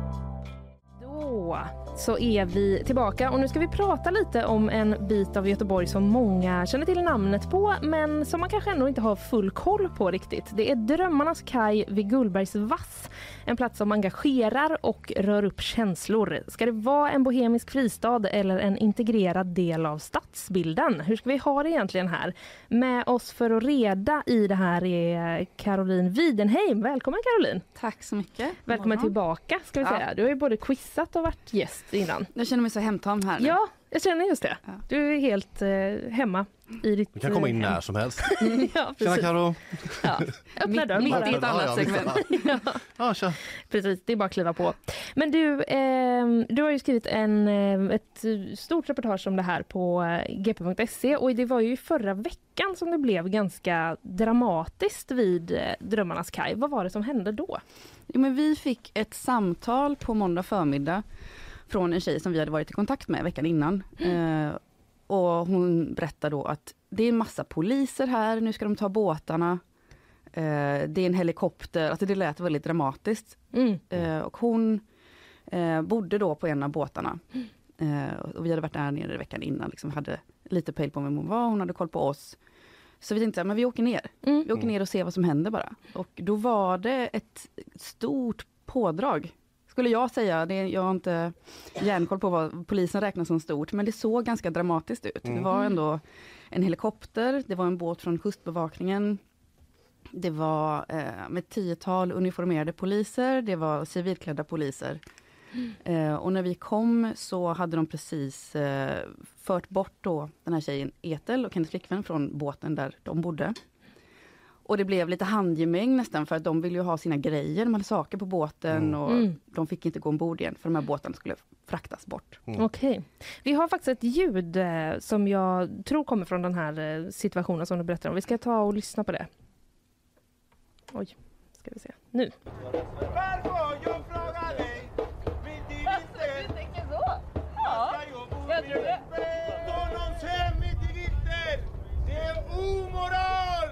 C: Då så är vi tillbaka och nu ska vi prata lite om en bit av Göteborg som många känner till namnet på men som man kanske ändå inte har full koll på riktigt. Det är Drömmarnas kaj vid Gullbergs vass. En plats som engagerar och rör upp känslor. Ska det vara en bohemisk fristad eller en integrerad del av stadsbilden? Hur ska vi ha det egentligen här? Med oss för att reda i det här är Caroline Widenheim. Välkommen Caroline.
G: Tack så mycket.
C: Välkommen tillbaka ska vi ja. säga. Du har ju både quizat och varit gäst innan.
G: Jag känner mig så hemtam här nu.
C: Ja, jag känner just det. Ja. Du är helt eh, hemma i ditt
D: Du kan komma in
C: hem.
D: när som helst.
C: Ja,
D: tjena Karo.
C: Ja. Öppna dörren
G: mitt,
C: bara.
G: mitt i ett annat
D: ja,
G: segment.
C: Ja.
D: Ja, tja.
C: Precis, det är bara att kliva på. Men du, eh, du har ju skrivit en, ett stort reportage om det här på g p punkt se och det var ju förra veckan som det blev ganska dramatiskt vid Drömmarnas kaj. Vad var det som hände då?
G: Jo, men vi fick ett samtal på måndag förmiddag från en tjej som vi hade varit i kontakt med veckan innan. Mm. Eh, och hon berättade då att det är en massa poliser här, nu ska de ta båtarna. Eh, det är en helikopter, alltså det lät väldigt dramatiskt. Mm. Eh, och hon eh, bodde då på en av båtarna. Mm. Eh, och vi hade varit där nere veckan innan, liksom hade lite pejl på vem hon var, hon hade koll på oss. Så vi tänkte, men vi åker ner. Mm. Vi åker ner och ser vad som händer bara. Och då var det ett stort pådrag. Skulle jag säga, det är, jag har inte järnkoll på vad polisen räknar som stort, men det såg ganska dramatiskt ut. Mm. Det var ändå en helikopter, det var en båt från kustbevakningen, det var eh, med tiotal uniformerade poliser, det var civilklädda poliser. Mm. Eh, och när vi kom så hade de precis eh, fört bort då den här tjejen Ethel och hennes flickvän från båten där de bodde. Och det blev lite handgemäng nästan för att de ville ju ha sina grejer. De hade saker på båten mm. och mm. de fick inte gå ombord igen för de här båtarna skulle fraktas bort.
C: Mm. Okej. Okay. Vi har faktiskt ett ljud eh, som jag tror kommer från den här eh, situationen som du berättar om. Vi ska ta och lyssna på det. Oj, ska vi se. Nu.
H: Varför jag frågar dig? Vill du inte?
I: Du tänker så? Ja, jag tror det.
H: Tonåns hem mitt i vinter! Det är omoral!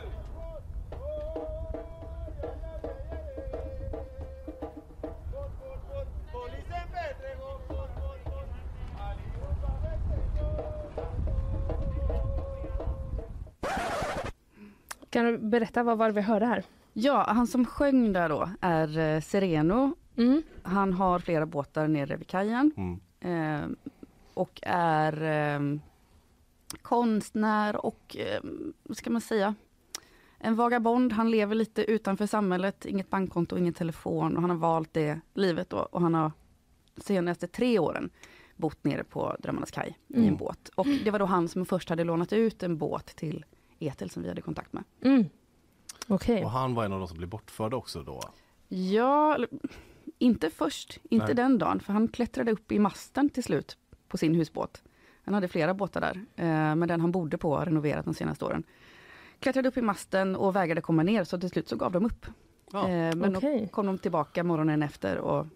C: Kan du berätta vad var det vi hörde här?
G: Ja, han som sjöng där då är eh, Sereno. Mm. Han har flera båtar nere vid kajen. Mm. Eh, och är eh, konstnär och, eh, vad ska man säga, en vagabond. Han lever lite utanför samhället, inget bankkonto, ingen telefon och han har valt det livet då. Och han har senaste tre åren bott nere på Drömmarnas kaj mm. i en båt. Och det var då han som först hade lånat ut en båt till Ethel som vi hade kontakt med.
C: Mm. Okay.
D: Och han var en av de som blev bortförda också då?
G: Ja, inte först. Inte Nej. den dagen. För han klättrade upp i masten till slut på sin husbåt. Han hade flera båtar där, eh, men den han bodde på har renoverat de senaste åren. Klättrade upp i masten och vägrade komma ner, så till slut så gav de upp.
D: Ja.
G: Eh, men
C: Okej.
G: då kom de tillbaka morgonen efter och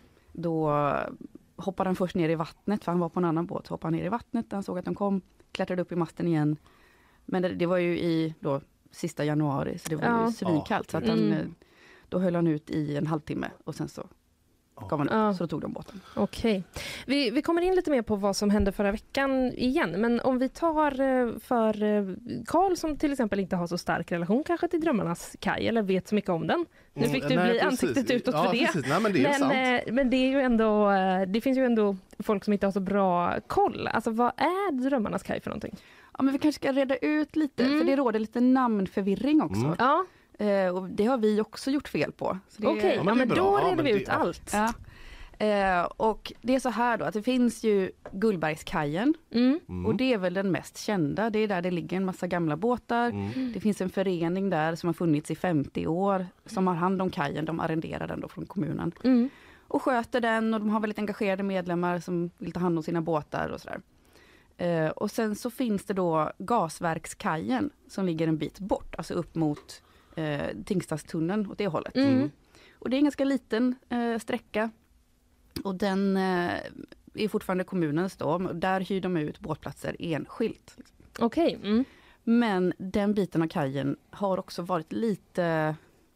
G: då hoppade han först ner i vattnet, för han var på en annan båt. Så hoppade han ner i vattnet, han såg att de kom, klättrade upp i masten igen. Men det, det var ju i då, sista januari, så det var
C: Ja.
G: ju svinkallt. Så att han,
C: Mm.
G: eh, då höll han ut i en halvtimme och sen så gav han upp,
C: Ja.
G: så då tog de båten.
C: Okej. Vi, vi kommer in lite mer på vad som hände förra veckan igen. Men om vi tar eh, för eh, Carl som till exempel inte har så stark relation kanske till Drömmarnas kaj eller vet så mycket om den. Nu fick du
D: Mm, nej,
C: bli
D: precis.
C: ansiktet utåt
D: Ja,
C: för det.
D: precis. Nej, men det är sant.
C: eh, men det är ju ändå, eh, det finns ju ändå folk som inte har så bra koll. Alltså vad är Drömmarnas kaj för någonting?
G: Ja, men vi kanske ska reda ut lite,
C: Mm.
G: för det råder lite namnförvirring också.
D: Mm.
C: Ja,
G: Eh, och det har vi också gjort fel på. Så det-
C: okej.
D: Ja,
C: Ja,
D: men det är
C: men
D: bra.
C: då
D: Ja,
C: reder
D: men
C: vi
D: det-
C: ut
D: ja.
C: allt.
G: Ja. Eh, och det är så här då, att det finns ju Gullbergskajen.
C: Mm.
D: Mm.
G: Och det är väl den mest kända. Det är där det ligger en massa gamla båtar.
D: Mm.
G: Det finns en förening där som har funnits i femtio år. Som har hand om kajen. De arrenderar den då från kommunen.
C: Mm.
G: Och sköter den, och de har väldigt engagerade medlemmar som vill ta hand om sina båtar och sådär. Eh, och sen så finns det då Gasverkskajen som ligger en bit bort. Alltså upp mot eh, Tingstadstunneln åt det hållet.
C: Mm.
G: Och det är en ganska liten eh, sträcka. Och den eh, är fortfarande kommunens då. Där hyr de ut båtplatser enskilt.
C: Okej. Mm.
G: Men den biten av kajen har också varit lite...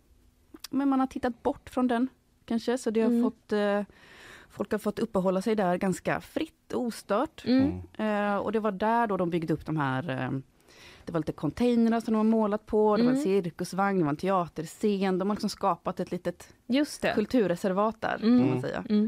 G: Men man har tittat bort från den kanske. Så det har
C: Mm.
G: fått... Eh, folk har fått uppehålla sig där ganska fritt och ostört.
C: Mm.
G: Eh, och det var där då de byggde upp de här... Eh, det var lite containrar som de har målat på. Det var en
C: Mm.
G: cirkusvagn, det var en teaterscen. De har liksom skapat ett litet
C: Just det.
G: kulturreservat där,
C: Mm.
G: kan man säga.
C: Mm.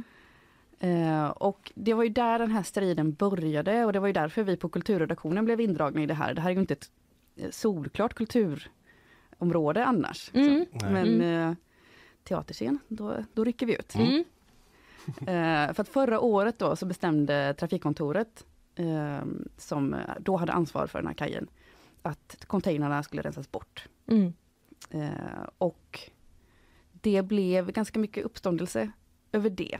G: Eh, och det var ju där den här striden började, och det var ju därför vi på kulturredaktionen blev indragna i det här. Det här är ju inte ett eh, solklart kulturområde annars.
C: Mm.
G: Så. Men eh, teaterscen, då, då rycker vi ut.
C: Mm.
G: Eh, för att förra året då så bestämde trafikkontoret, eh, som då hade ansvar för den här kajen, att containrarna skulle rensas bort.
C: Mm.
G: Eh, och det blev ganska mycket uppståndelse över det.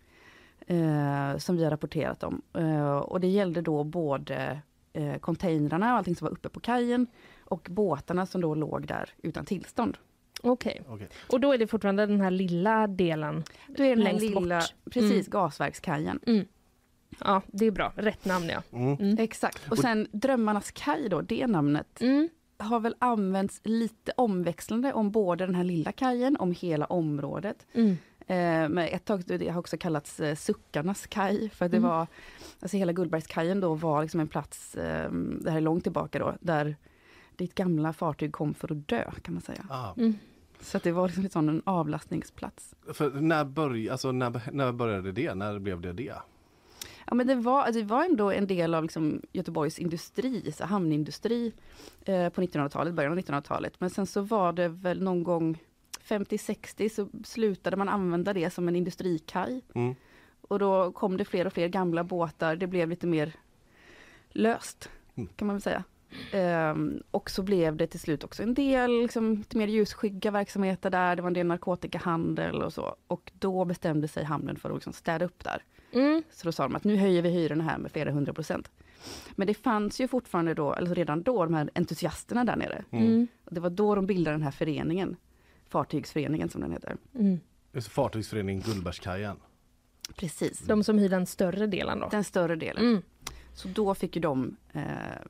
G: Eh, som vi har rapporterat om. Eh, och det gällde då både eh, containrarna och allting som var uppe på kajen och båtarna som då låg där utan tillstånd.
C: Okej.
D: Okej.
C: Och då är det fortfarande den här lilla delen.
G: Då är den här
C: Längst
G: lilla,
C: bort.
G: precis,
C: Mm.
G: gasverkskajen.
C: Mm. Ja, det är bra. Rätt namn, ja.
D: Mm.
C: Mm.
G: Exakt. Och sen Drömmarnas kaj då, det namnet
C: Mm.
G: har väl använts lite omväxlande om både den här lilla kajen, om hela området.
C: Mm.
G: Eh, men ett tag det har också kallats eh, Suckarnas kaj, för att det
C: Mm.
G: var, alltså hela Gullbergskajen då var liksom en plats, eh, det här är långt tillbaka då, där ditt gamla fartyg kom för att dö, kan man säga.
D: Ah.
C: Mm.
G: Så att det var liksom en sån en avlastningsplats.
D: För när, börj, alltså när, när började det? När blev det det?
G: Ja, men det var, alltså det var ändå en del av liksom Göteborgs industri, så hamnindustri eh, på nittonhundratalet, början av nittonhundratalet. Men sen så var det väl någon gång femtio sextio så slutade man använda det som en industrikaj.
D: Mm.
G: Och då kom det fler och fler gamla båtar. Det blev lite mer löst,
D: Mm.
G: kan man väl säga. Ehm, och så blev det till slut också en del liksom, lite mer ljusskygga verksamheter där. Det var en del narkotikahandel och så. Och då bestämde sig hamnen för att liksom städa upp där.
C: Mm.
G: Så då sa de att nu höjer vi hyrorna här med flera hundra procent. Men det fanns ju fortfarande då, eller redan då, de här entusiasterna där nere.
C: Mm.
G: Och det var då de bildade den här föreningen. Fartygsföreningen som den heter.
C: Mm.
D: Just Fartygsförening Gullbergskajen.
G: Precis.
C: De som hyr den större delen då.
G: Den större delen.
C: Mm.
G: Så då fick ju de eh,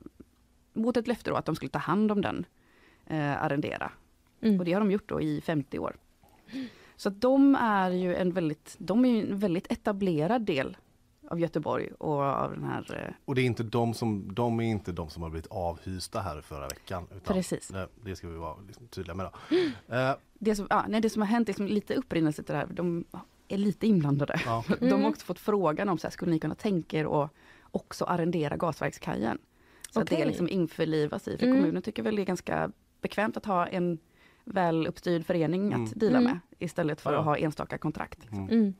G: mot ett löfte då att de skulle ta hand om den, eh, arrendera.
C: Mm.
G: Och det har de gjort då i femtio år. Så att de är ju en väldigt, de är ju en väldigt etablerad del av Göteborg och av den här... Eh,
D: Och det är inte de som, de är inte de som har blivit avhysta här förra veckan. Utan
G: Precis.
D: Det, det ska vi vara liksom tydliga med då. Eh,
G: det, som, ah, nej, det som har hänt är liksom lite upprinnelse till det här. De är lite inblandade.
D: ja.
G: De
C: Mm.
G: har också fått frågan om så här, skulle ni kunna tänka er att också arrendera gasverkskajen? Så att
C: Okej.
G: det liksom införlivas i. För
C: Mm.
G: kommunen tycker väl det är ganska bekvämt att ha en väl uppstyrd förening
D: Mm.
G: att deala
C: Mm.
G: med. Istället för
D: Ja.
G: att ha enstaka kontrakt.
D: Mm.
C: Mm.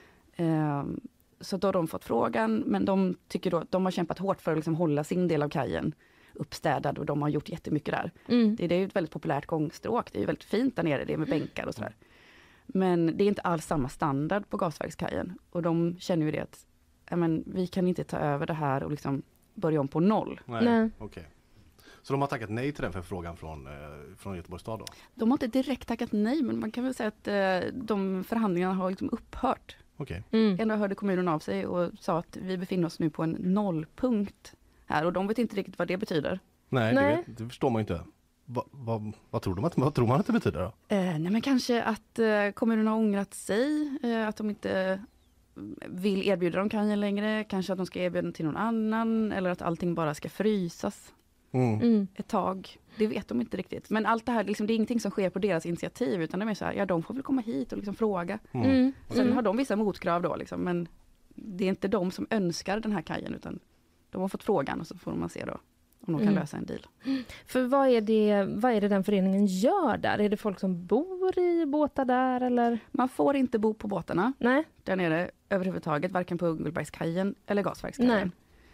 G: Ehm, så då har de fått frågan, men de tycker då att de har kämpat hårt för att liksom hålla sin del av kajen uppstädad, och de har gjort jättemycket där.
C: Mm.
G: Det, det är ju ett väldigt populärt gångstråk, det är ju väldigt fint där nere, det är med bänkar och sådär. Men det är inte alls samma standard på gasverkskajen, och de känner ju det att ja, men, vi kan inte ta över det här och liksom börja om på noll.
D: Nej,
C: Nej.
D: okej. Så de har tackat nej till den förfrågan från, eh, från Göteborgs stad då?
G: De har inte direkt tackat nej, men man kan väl säga att eh, de förhandlingarna har liksom upphört.
D: Okej.
C: Mm.
G: Ändå hörde kommunen av sig och sa att vi befinner oss nu på en nollpunkt här. Och de vet inte riktigt vad det betyder.
D: Nej,
C: Nej.
D: Det, vet, det förstår man ju inte. Va, va, vad, tror de att, vad tror man att det betyder då?
G: Eh, nej men kanske att eh, kommunen har ångrat sig. Eh, att de inte vill erbjuda dem kajen längre. Kanske att de ska erbjuda den till någon annan. Eller att allting bara ska frysas
D: Mm.
C: Mm.
G: ett tag. Det vet de inte riktigt. Men allt det här, liksom, det är ingenting som sker på deras initiativ. Utan de är så här, ja de får väl komma hit och liksom fråga.
D: Mm.
C: Mm.
G: Sen
C: Mm.
G: har de vissa motkrav då liksom. Men det är inte de som önskar den här kajen. Utan de har fått frågan och så får man se då om de kan
C: Mm.
G: lösa en deal.
C: För vad är, det, vad är det den föreningen gör där? Är det folk som bor i båtar där eller?
G: Man får inte bo på båtarna
C: Nej.
G: där nere överhuvudtaget. Varken på Gullbergskajen eller Gasverkskajen.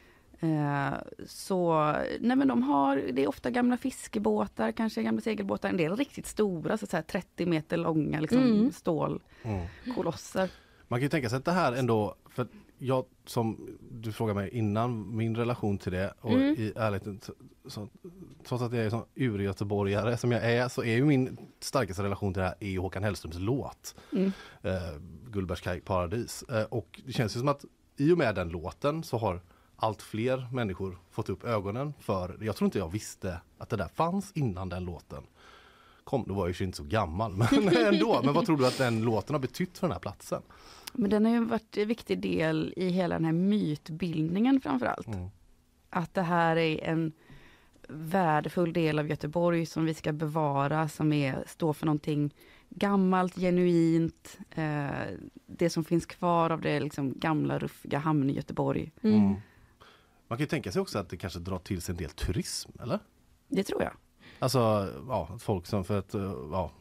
G: Eh, så nej men de har, det är ofta gamla fiskebåtar, kanske gamla segelbåtar, en del riktigt stora, så att säga trettio meter långa liksom,
C: Mm.
G: stålkolosser.
D: Mm. Man kan ju tänka sig att det här ändå, för jag som du frågade mig innan, min relation till det och
C: Mm.
D: i ärligheten, så, så, trots att jag är sån ur-göteborgare som jag är, så är ju min starkaste relation till det här är ju Håkan Hellströms låt
G: Mm.
D: eh, Gullbergskaj paradis. Eh, och det känns ju som att i och med den låten så har allt fler människor fått upp ögonen för, jag tror inte jag visste att det där fanns innan den låten kom. Då var jag ju inte så gammal, men ändå. Men vad tror du att den låten har betytt för den här platsen?
G: Men den har ju varit en viktig del i hela den här mytbildningen framförallt.
D: Mm.
G: Att det här är en värdefull del av Göteborg som vi ska bevara, som är, står för någonting gammalt, genuint. Eh, det som finns kvar av det liksom gamla ruffiga hamn i Göteborg.
C: Mm.
D: Mm. Man kan ju tänka sig också att det kanske drar till sig en del turism, eller?
G: Det tror jag.
D: Alltså, ja, folk som för att, ja,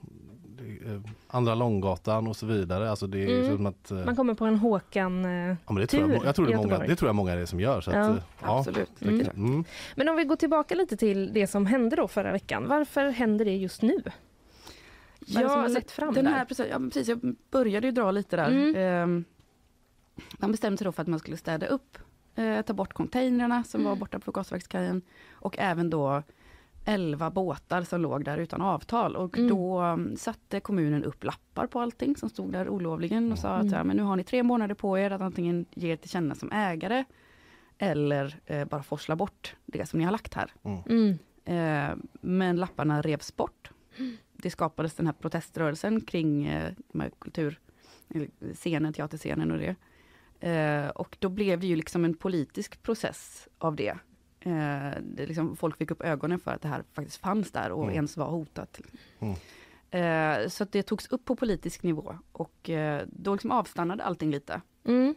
D: Andra Långgatan och så vidare. Alltså det är ju
C: Mm.
D: som att...
C: Man kommer på en Håkan eh,
D: ja, men det tror jag, jag tror det, är många, det tror jag många är det som gör. Så
C: Ja,
D: att, ja,
G: absolut.
D: Mm. Mm.
C: Men om vi går tillbaka lite till det som hände då förra veckan. Varför händer det just nu? Vad är det som har lett fram
G: den
C: där?
G: här, precis, ja, precis, jag började ju dra lite där.
C: Mm.
G: Eh, man bestämde sig då för att man skulle städa upp, eh, ta bort containrarna som
C: Mm.
G: var borta på Gasverkskajen och även då elva båtar som låg där utan avtal. Och
C: Mm.
G: då um, satte kommunen upp lappar på allting som stod där olovligen och sa
C: Mm.
G: att ja, men nu har ni tre månader på er att antingen ge er till känna som ägare eller eh, bara forsla bort det som ni har lagt här.
C: Mm.
G: Eh, men lapparna revs bort. Det skapades den här proteströrelsen kring eh, de här kultur, eller scenen, teaterscenen och det. Eh, och då blev det ju liksom en politisk process av det. Eh, det liksom, folk fick upp ögonen för att det här faktiskt fanns där och
D: Mm.
G: ens var hotat.
D: Mm.
G: Eh, så att det togs upp på politisk nivå och eh, då liksom avstannade allting lite.
C: Mm.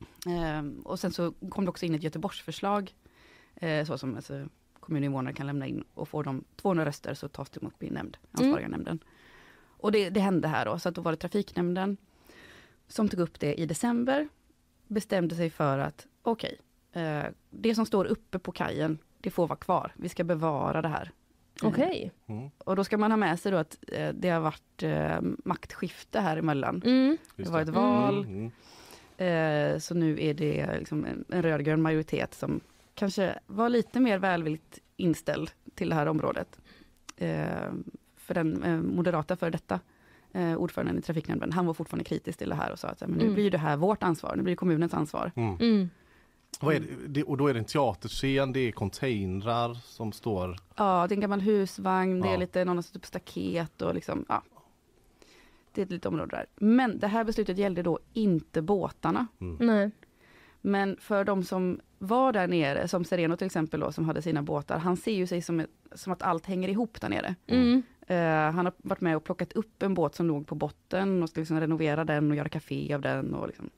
G: Eh, och sen så kom det också in ett Göteborgsförslag, eh, så som alltså, kommuninvånare kan lämna in och får de tvåhundra röster så tas de upp i nämnd, ansvariga
C: Mm.
G: nämnden. Och det, det hände här då, så att då var det trafiknämnden som tog upp det i december, bestämde sig för att okej, eh, det som står uppe på kajen, det får vara kvar. Vi ska bevara det här.
C: Okej.
D: Mm.
G: Och då ska man ha med sig då att eh, det har varit eh, maktskifte här emellan.
C: Mm.
G: Det var ett val.
D: Mm.
G: Eh, så nu är det liksom en, en rödgrön majoritet som kanske var lite mer välvilligt inställd till det här området. Eh, för den eh, moderata för detta eh, ordföranden i trafiknämnden, han var fortfarande kritisk till det här och sa att men nu
C: Mm.
G: blir det här vårt ansvar, nu blir det kommunens ansvar.
D: Mm.
C: Mm.
D: Vad är det? Det, och då är det en teaterscen, det är containrar som står...
G: Ja, det är en gammal husvagn, det
D: Ja.
G: är lite någon typ staket och liksom, ja. Det är ett litet område där. Men det här beslutet gällde då inte båtarna.
D: Mm.
C: Nej.
G: Men för de som var där nere, som Sereno till exempel då, som hade sina båtar, han ser ju sig som, ett, som att allt hänger ihop där nere.
C: Mm.
G: Eh, han har varit med och plockat upp en båt som låg på botten och ska liksom renovera den och göra café av den. Och liksom.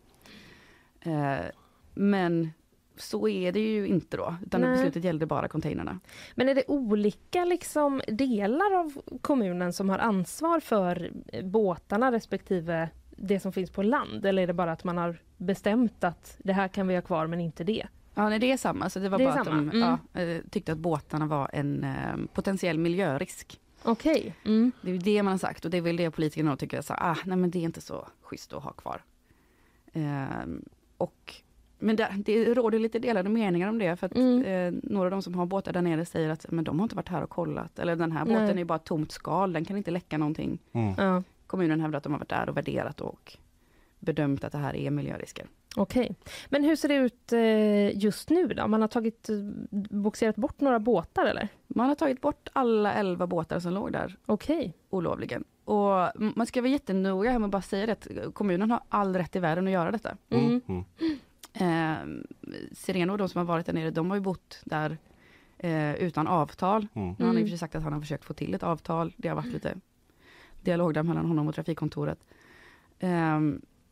G: eh, men så är det ju inte då, utan
C: Nej.
G: beslutet gällde bara containrarna.
C: Men är det olika liksom delar av kommunen som har ansvar för båtarna respektive det som finns på land? Eller är det bara att man har bestämt att det här kan vi ha kvar men inte det?
G: Ja, nej, det är samma. Så det var
C: Det är
G: bara
C: samma.
G: att de
C: Mm.
G: ja, eh, tyckte att båtarna var en eh, potentiell miljörisk.
C: Okej. Mm.
G: Det är ju det man har sagt och det är väl det politikerna tycker att ah, nej, men det är inte så schysst att ha kvar. Eh, och men det, det råder lite delade meningar om det. För att
C: Mm.
G: eh, några av de som har båtar där nere säger att men de har inte varit här och kollat. Eller den här
C: Nej.
G: båten är bara ett tomt skal, den kan inte läcka någonting.
D: Mm.
C: Ja.
G: Kommunen hävdar att de har varit där och värderat och bedömt att det här är miljörisker.
C: Okej. Men hur ser det ut eh, just nu då? Man har tagit, eh, boxerat bort några båtar eller?
G: Man har tagit bort alla elva båtar som låg där
C: Okej.
G: olovligen. Och man ska vara jättenoga här med att bara säga det att kommunen har all rätt i världen att göra detta.
C: Mm.
D: Mm.
G: Eh, Sereno och de som har varit där nere, de har ju bott där eh, utan avtal.
D: Mm.
G: Nu har han i och
C: Mm.
G: för sig sagt att han har försökt få till ett avtal. Det har varit lite dialog där mellan honom och trafikkontoret. Eh,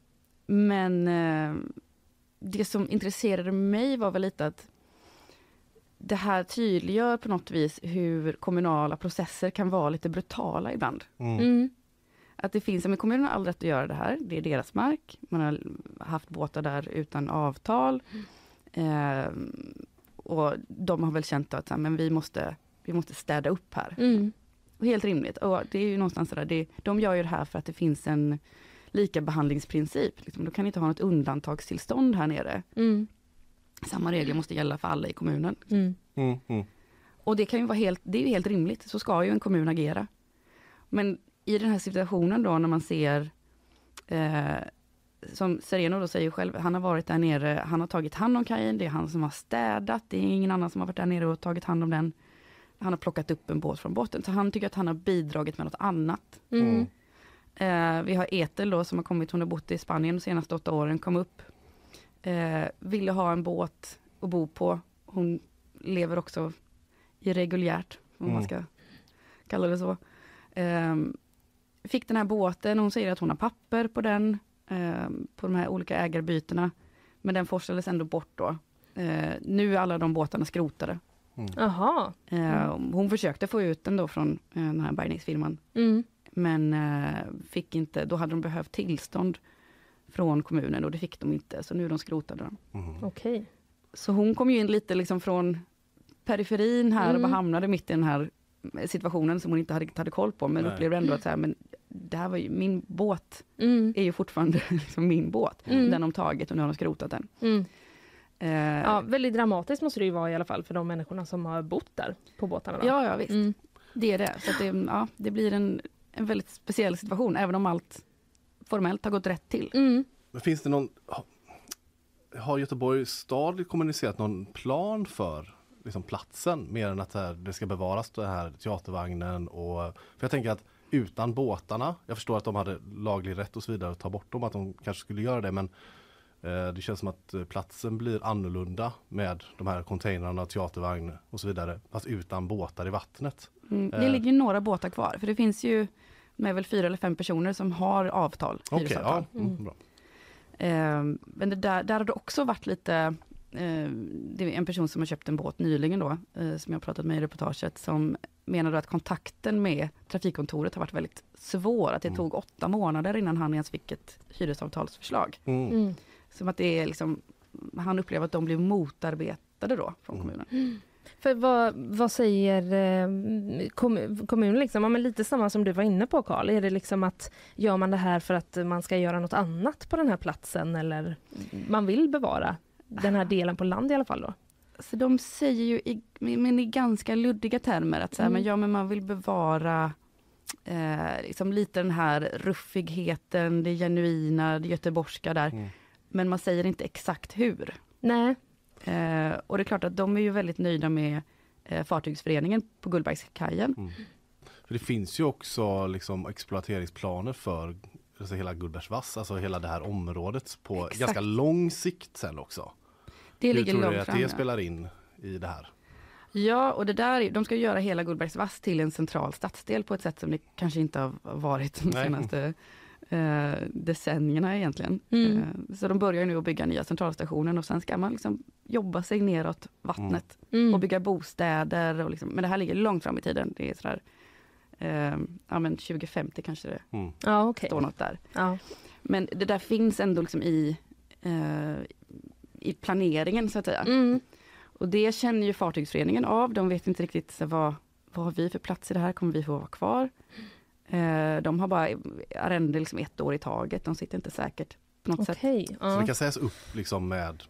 G: men eh, det som intresserade mig var väl lite att det här tydliggör på något vis hur kommunala processer kan vara lite brutala ibland.
D: Mm.
C: Mm.
G: Att det finns, men kommunen har all rätt att göra det här. Det är deras mark. Man har haft båtar där utan avtal. Eh, och de har väl känt att men vi, måste, vi måste städa upp här.
C: Mm.
G: Och helt rimligt. Och det är ju någonstans sådär, det, de gör ju det här för att det finns en lika behandlingsprincip. Liksom, då kan inte ha något undantagstillstånd här nere.
C: Mm.
G: Samma regler måste gälla för alla i kommunen.
C: Mm.
D: Mm. Mm.
G: Och det kan ju vara helt, det är ju helt rimligt. Så ska ju en kommun agera. Men i den här situationen då när man ser eh, som Sereno då säger själv, han har varit där nere, han har tagit hand om kajen, det är han som har städat, det är ingen annan som har varit där nere och tagit hand om den. Han har plockat upp en båt från båten, så han tycker att han har bidragit med något annat.
C: Mm.
G: Eh, vi har Ethel då som har kommit, hon har bott i Spanien de senaste åtta åren, kom upp, eh, ville ha en båt att bo på. Hon lever också irreguljärt, om
D: Mm.
G: man ska kalla det så. Eh, fick den här båten, hon säger att hon har papper på den, eh, på de här olika ägarbytena, men den forslades ändå bort då. Eh, nu är alla de båtarna skrotade.
C: Jaha.
G: Eh, hon försökte få ut den då från eh, den här bärgningsfirman.
C: Mm.
G: Men eh, fick inte, då hade de behövt tillstånd från kommunen och det fick de inte, så nu är de skrotade.
D: Mm.
C: Okej.
G: Så hon kom ju in lite liksom från periferin här
C: Mm.
G: och bara hamnade mitt i den här situationen som hon inte hade, hade koll på, men
D: Nej.
G: upplevde ändå att så här, men det här var ju, min båt
C: Mm.
G: är ju fortfarande liksom min båt.
C: Mm.
G: Den har de tagit och nu har de skrotat den.
C: Mm.
G: Eh,
C: Ja, väldigt dramatiskt måste det ju vara i alla fall för de människorna som har bott där på båtarna. Då.
G: ja, ja visst.
C: Mm.
G: Det är det. Så att det, ja, det blir en, en väldigt speciell situation, även om allt formellt har gått rätt till.
C: Mm.
D: Men finns det någon, ha- har Göteborgs stad kommunicerat någon plan för liksom platsen, mer än att det, här, det ska bevaras, det här teatervagnen och, för jag tänker att utan båtarna, jag förstår att de hade laglig rätt och så vidare att ta bort dem, att de kanske skulle göra det, men eh, det känns som att eh, platsen blir annorlunda med de här containrarna, teatervagn och så vidare, fast utan båtar i vattnet.
G: Mm. Det
D: Eh.
G: ligger ju några båtar kvar, för det finns ju med väl fyra eller fem personer som har avtal.
D: Okej,
G: hyresavtal.
D: ja, mm, bra.
G: Eh, men det där, där har det också varit lite, eh, det är en person som har köpt en båt nyligen då, eh, som jag har pratat med i reportaget, som menade att kontakten med trafikkontoret har varit väldigt svår, att det
D: Mm.
G: tog åtta månader innan han ens fick ett hyresavtalsförslag.
D: Mm.
C: Mm.
G: Som att det är liksom, han upplever att de blir motarbetade då från
D: Mm.
G: kommunen.
C: För vad, vad säger eh, kom, kommunen liksom? Ja, men lite samma som du var inne på, Carl. Är det liksom att gör man det här för att man ska göra något annat på den här platsen eller man vill bevara den här delen på land i alla fall då?
G: Så de säger ju i, men i ganska luddiga termer att så här,
C: Mm.
G: men ja, men man vill bevara eh, liksom lite den här ruffigheten, det genuina, det göteborgska där.
D: Mm.
G: Men man säger inte exakt hur.
C: Nej.
G: Eh, och det är klart att de är ju väldigt nöjda med eh, fartygsföreningen på Gullbergskajen.
D: Mm. För det finns ju också liksom exploateringsplaner för alltså hela Gullbergsvass, alltså hela det här området på
G: Exakt.
D: ganska lång sikt sen också.
G: Det
D: Hur
G: ligger
D: tror
G: långt
D: du att
G: fram.
D: det
G: Ja.
D: spelar in i det här?
G: Ja, och det där, de ska göra hela Gullbergsvass till en central stadsdel på ett sätt som det kanske inte har varit de
D: Nej.
G: senaste eh, decennierna egentligen.
C: Mm.
G: Eh, så de börjar nu att bygga nya centralstationen och sen ska man liksom jobba sig neråt vattnet
C: Mm.
G: och bygga bostäder. Och liksom, men det här ligger långt fram i tiden. Det är sådär, eh, ja men tjugo femtio kanske det
D: Mm.
C: Ja, okej.
G: står något där.
C: Ja.
G: Men det där finns ändå liksom i, eh, i planeringen så att säga.
C: Mm.
G: Och det känner ju fartygsföreningen av. De vet inte riktigt så vad, vad har vi för plats i det här. Kommer vi få vara kvar? Eh, de har bara arrende liksom ett år i taget. De sitter inte säkert på något sätt.
C: Okej.
D: Så
C: Ja.
D: det kan sägas upp liksom med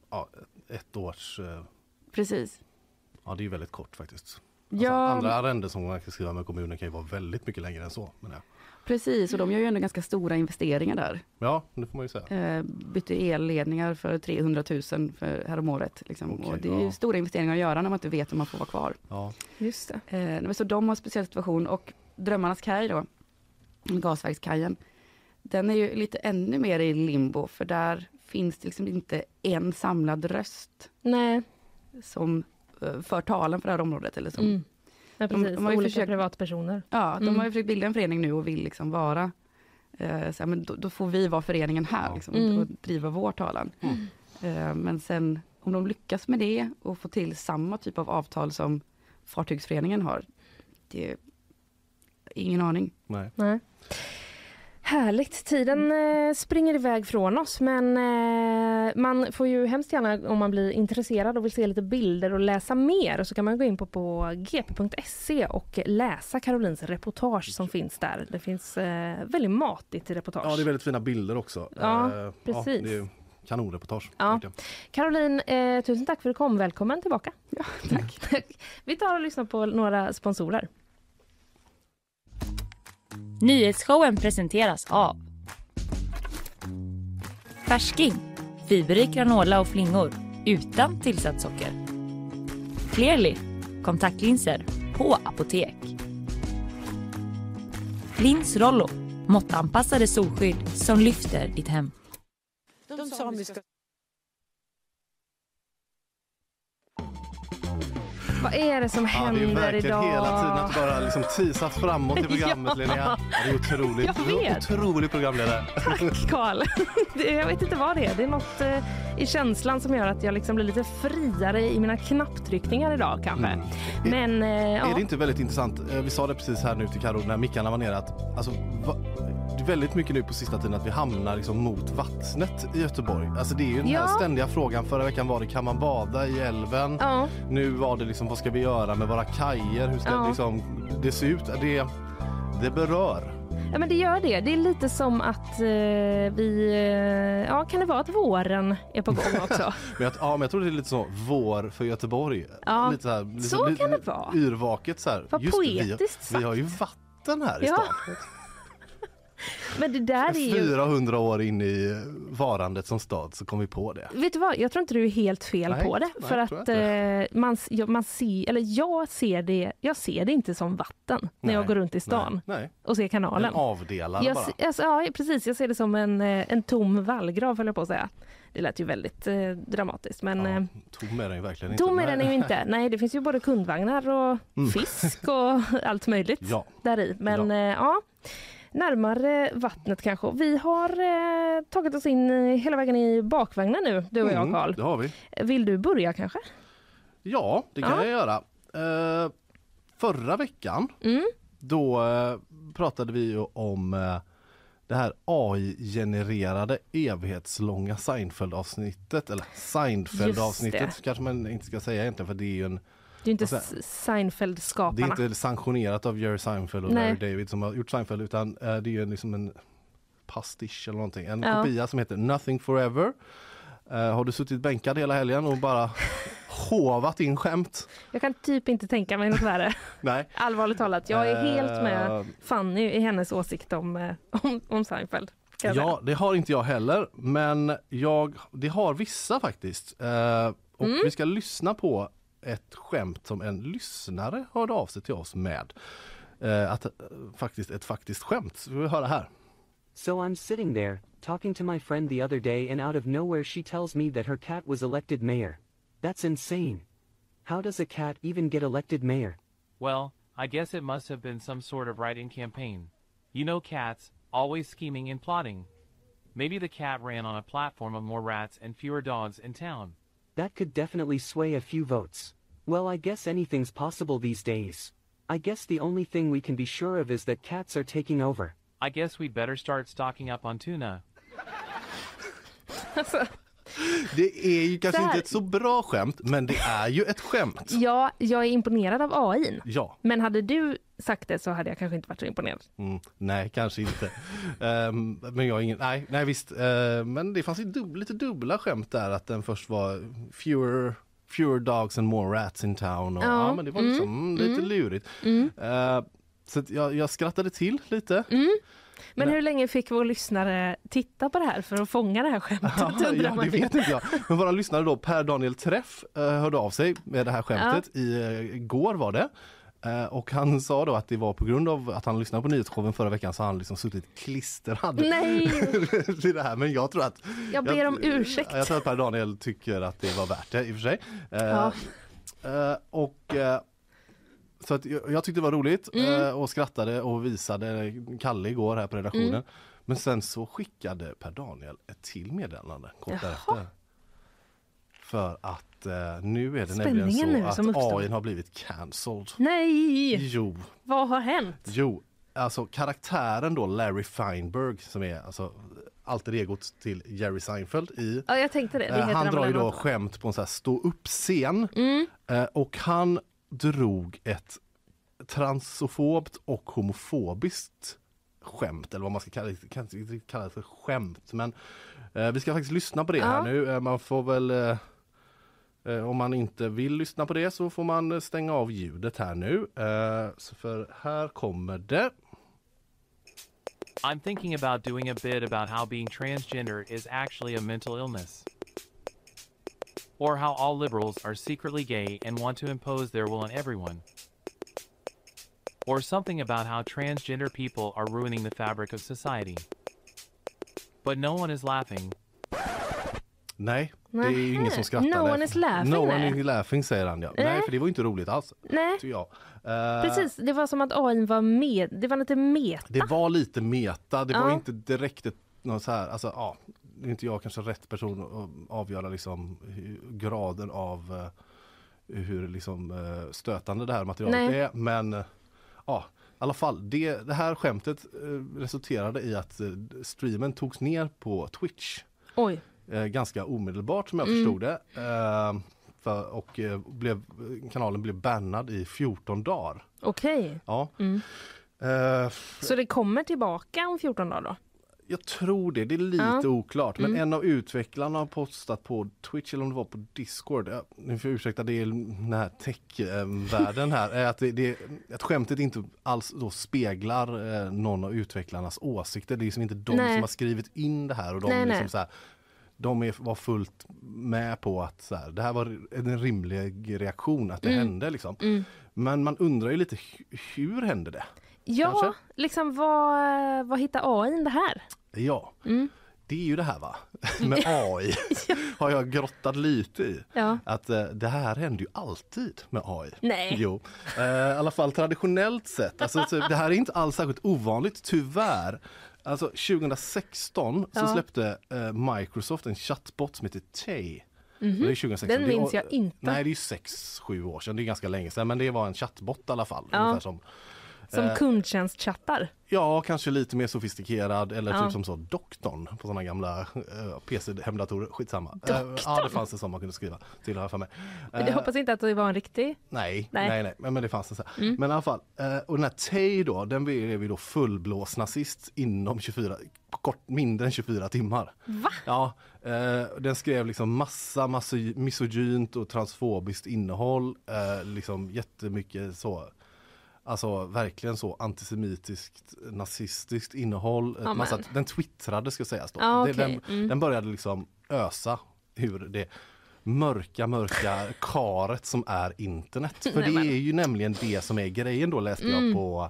D: ja, ett års... Eh,
G: Precis.
D: Ja, det är ju väldigt kort faktiskt.
G: Ja.
D: Alltså, andra arrenden som man kan skriva med kommunen kan ju vara väldigt mycket längre än så. Men ja.
G: Precis, och de gör ju ändå ganska stora investeringar där.
D: Ja, det får man ju säga.
G: Eh, bytte elledningar för trehundratusen för här om året. Liksom.
D: Okej,
G: och det är ju
D: ja.
G: stora investeringar att göra när man inte vet om man får vara kvar.
D: Ja.
C: Just det.
G: Eh, men så de har en speciell situation, och Drömmarnas kaj då, gasverkskajen, den är ju lite ännu mer i limbo, för där finns det liksom inte en samlad röst.
C: Nej.
G: Som uh, för talan för det här området. Eller så.
C: Mm. Ja, precis.
G: De, de har ju
C: olika
G: försökt,
C: privatpersoner.
G: Ja, de
C: mm.
G: har ju försökt bilda en förening nu och vill liksom vara, uh, så här, men då, då får vi vara föreningen här liksom,
C: mm.
G: och driva vår talan.
C: Mm.
G: Uh, men sen om de lyckas med det och få till samma typ av avtal som fartygsföreningen har, det är ingen aning.
D: Nej.
C: Nej. Härligt. Tiden eh, springer iväg från oss, men eh, man får ju hemskt gärna, om man blir intresserad och vill se lite bilder och läsa mer, så kan man gå in på, på g p punkt se och läsa Karolins reportage som finns där. Det finns eh, väldigt matigt reportage.
D: Ja, det är väldigt fina bilder också.
C: Ja,
D: eh,
C: precis.
D: Ja, det är kanonreportage.
C: Ja. Caroline, eh, tusen tack för att du kom. Välkommen tillbaka.
G: Ja, tack.
C: Vi tar och lyssnar på några sponsorer.
A: Nyhetsshowen presenteras av Färsking, fiberrik granola och flingor utan tillsatt socker. Clearly, kontaktlinser på apotek. Lins Rollo, måttanpassade solskydd som lyfter ditt hem.
I: De sa vi ska...
C: Vad är det som
D: Ja,
C: händer
D: det är verkligen
C: idag?
D: hela tiden att bara liksom tisas framåt i programmet,
C: Ja.
D: Linnea. Ja, det är otroligt.
C: Jag
D: Du är
C: vet.
D: otrolig programledare.
C: Tack, Carl. Det- Jag vet inte vad det är. Det är något eh, i känslan som gör att jag liksom blir lite friare i mina knapptryckningar idag kanske.
D: Mm.
C: Men eh, ja.
D: Är det inte väldigt intressant? Eh, Vi sa det precis här nu till Karo när mickarna var nere, att alltså, va, det är väldigt mycket nu på sista tiden att vi hamnar liksom mot vattnet i Göteborg. Alltså det är ju den
C: Ja.
D: här ständiga frågan. Förra veckan var det, kan man bada i älven?
C: Ja.
D: Nu var det liksom, vad ska vi göra med våra kajer? Hur ska
C: Ja.
D: det, liksom, det se ut? Det, det berör.
C: Ja, men det gör det. Det är lite som att eh, vi... Eh, ja, kan det vara att våren är på gång också?
D: Men jag, ja, men jag tror det är lite så vår för Göteborg.
C: Ja,
D: lite så här, lite,
C: så
D: lite,
C: kan det vara.
D: Yrvaket så här.
C: Vad
D: Just det,
C: poetiskt
D: vi, vi har ju
C: sagt.
D: vatten här i
C: Ja.
D: stan.
C: Men det där är ju...
D: fyrahundra år in i varandet som stad så kom vi på det.
C: Vet du vad? Jag tror inte du är helt fel
D: Nej,
C: på det.
D: nej,
C: För
D: tror
C: att
D: jag
C: eh, man, ja, man ser, eller jag ser det, jag ser det inte som vatten när
D: Nej,
C: jag går runt i stan
D: Nej, nej.
C: och ser kanalen.
D: En avdelare
C: Jag,
D: bara.
C: se- alltså, ja, precis. Jag ser det som en, eh, en tom vallgrav, höll jag på att säga. Det lät ju väldigt eh, dramatiskt. Men
D: Ja,
C: eh,
D: tom är den ju verkligen inte.
C: tom är
D: Nej.
C: den ju inte. Nej, det finns ju både kundvagnar och
D: Mm.
C: fisk och allt möjligt
D: Ja.
C: där i. Men
D: Ja.
C: ja. Eh, ja, närmare vattnet kanske. Vi har eh, tagit oss in eh, hela vägen i bakvagnen nu, du och jag,
D: Mm,
C: Carl.
D: det har vi.
C: Vill du börja kanske?
D: Ja, det kan
C: Ja.
D: jag göra. Eh, förra veckan
C: Mm.
D: då eh, pratade vi ju om eh, det här A I-genererade evighetslånga Seinfeld-avsnittet. Eller Seinfeld-avsnittet
C: Just det.
D: kanske man inte ska säga egentligen, för det är ju en
C: Det är inte
D: Och sen-
C: S-
D: Det är
C: Seinfeld-skaparna.
D: inte sanktionerat av Jerry Seinfeld och
C: Nej.
D: Larry David som har gjort Seinfeld, utan eh, det är ju liksom en pastisch eller någonting. En
C: Ja.
D: kopia som heter Nothing Forever. Eh, har du suttit bänkad hela helgen och bara hovat in skämt?
C: Jag kan typ inte tänka mig något värre.
D: Nej.
C: Allvarligt talat. Jag är helt med
D: Eh,
C: Fanny i hennes åsikt om, eh, om, om Seinfeld. kan jag säga.
D: Ja, det har inte jag heller, men jag, det har vissa faktiskt. Eh, och
C: Mm.
D: vi ska lyssna på ett skämt som en lyssnare hörde av sig till oss med. Eh, att, eh, faktiskt ett faktiskt skämt. Så vi vill höra här.
J: So I'm sitting there, talking to my friend the other day, and out of nowhere she tells me that her cat was elected mayor. That's insane. How does a cat even get elected mayor?
K: Well, I guess it must have been some sort of write-in campaign. You know cats, always scheming and plotting. Maybe the cat ran on a platform of more rats and fewer dogs in town.
J: That could definitely sway a few votes. Well, I guess anything's possible these days. I guess the only thing we can be sure of is that cats are taking over.
K: I guess we'd better start stocking up on tuna.
C: Alltså,
D: Det är ju kanske inte ett så bra skämt, men det är ju ett skämt.
C: Ja, jag är imponerad av A I.
D: Ja.
C: Men hade du sagt det så hade jag kanske inte varit så imponerad.
D: Mm, nej, kanske inte. um, men jag har ingen... Nej, nej visst. Uh, men det fanns ju dubb, lite dubbla skämt där. Att den först var fewer, fewer dogs and more rats in town. Och, ja. ja, men det var liksom mm, lite mm. lurigt. Mm. Uh, så att jag, jag skrattade till lite.
C: Mm. Men hur länge fick vår lyssnare titta på det här för att fånga det här skämtet?
D: Ja, ja, det vet inte jag. Men våra lyssnare då, Per Daniel Träff, uh, hörde av sig med det här skämtet. Ja. I, uh, igår var det. Uh, och han sa då att det var på grund av att han lyssnade på nyhetsshowen förra veckan så han liksom suttit klisterad.
C: Nej!
D: till det här. Men jag tror att...
C: Jag ber jag, om ursäkt.
D: Jag tror att Per Daniel tycker att det var värt det i och för sig. Uh,
C: ja.
D: uh, och... Uh, Så att jag, jag tyckte det var roligt mm. eh, och skrattade och visade Kalle igår här på redaktionen. Mm. Men sen så skickade Per Daniel ett till meddelande kort
C: Jaha.
D: därefter. För att eh, nu är det
C: Spänningen
D: nämligen så att
C: uppstår.
D: A I har blivit cancelled.
C: Nej!
D: Jo.
C: Vad har hänt?
D: Jo, alltså karaktären då Larry Feinberg som är alltså alter egot till Jerry Seinfeld i.
C: Ja, jag tänkte det. det
D: eh, han drar ju då skämt på en så här stå upp scen
C: mm.
D: eh, och han drog ett transofobt och homofobiskt skämt eller vad man ska kalla det, kan inte kalla det för skämt, men eh, vi ska faktiskt lyssna på det ja. här nu. Eh, man får väl eh, eh, om man inte vill lyssna på det så får man stänga av ljudet här nu. Eh, så för här kommer det.
K: I'm thinking about doing a bit about how being transgender is actually a mental illness. Or how all liberals are secretly gay and want to impose their will on everyone. Or something about how transgender people are ruining the fabric of society. But no one is laughing.
D: Nej, det är ju ingen som skrattar.
C: No one is laughing.
D: No one is laughing, säger han. Ja. Nej. Nej, för det var inte roligt alls.
C: Nej.
D: Jag.
C: Uh, Precis, det var som att A I var med. Det var lite meta.
D: Det var lite meta. Det
C: ja.
D: var inte direkt ett, något så här, alltså ja, det är inte jag kanske rätt person att avgöra liksom graden av uh, hur liksom uh, stötande det här materialet Nej. är, men uh, ja, i alla fall, det, det här skämtet uh, resulterade i att uh, streamen togs ner på Twitch.
C: Oj.
D: Uh, ganska omedelbart som jag mm. förstod det. Uh, för, och uh, blev, kanalen blev bannad i fjorton dagar.
C: Okej. Okay.
D: Ja.
C: Mm.
D: Uh,
C: Så det kommer tillbaka om fjorton dagar då?
D: Jag tror det, det är lite ja. oklart. Men mm. en av utvecklarna har postat på Twitch eller om det var på Discord. Ja, nu får jag ursäkta, det är den här tech-världen här. Är att, det, det, att skämtet inte alls då speglar eh, någon av utvecklarnas åsikter. Det är liksom inte de nej. som har skrivit in det här. Och de, nej, liksom så här, de är, var fullt med på att så här, det här var en rimlig reaktion att det mm. hände. Liksom. Mm. Men man undrar ju lite, hur hände det?
C: Ja,
D: Kanske?
C: liksom vad, vad hittar A I det här?
D: Ja,
C: mm.
D: det är ju det här va? Med A I ja. har jag grottat lite i.
C: Ja.
D: Att uh, det här händer ju alltid med A I.
C: Nej.
D: Jo, uh, i alla fall traditionellt sett. Alltså, så, det här är inte alls särskilt ovanligt, tyvärr. Alltså tjugohundrasexton ja. så släppte uh, Microsoft en chatbot som heter Tay.
C: Mm-hmm.
D: Det är tjugohundrasexton.
C: Den minns jag inte.
D: Nej, det är ju sex sju år sedan. Det är ganska länge sedan. Men det var en chatbot i alla fall. Ja. Ungefär som
C: Som eh, kundtjänstchattar?
D: Ja, kanske lite mer sofistikerad eller ja. typ som så doktorn på sådana gamla uh, P C-hemdatorer. Skitsamma. Uh, ja, det fanns det som man kunde skriva till här för mig. Uh,
C: jag hoppas inte att det var en riktig?
D: Nej, nej, nej, nej men, men det fanns det så här. Mm. Men i alla fall, uh, och den här Tay då, den blev vi då fullblås nazist inom tjugofyra, kort, mindre än tjugofyra timmar.
C: Va?
D: Ja, uh, den skrev liksom massa, massa misogynt och transfobiskt innehåll, uh, liksom jättemycket så. Alltså verkligen så antisemitiskt, nazistiskt innehåll.
C: Ja,
D: massa, den twittrade ska sägas då.
C: Ah, okay.
D: den,
C: mm.
D: den började liksom ösa hur det mörka, mörka karet som är internet. För
C: Nej,
D: det
C: men.
D: är ju nämligen det som är grejen då, läste
C: mm.
D: jag på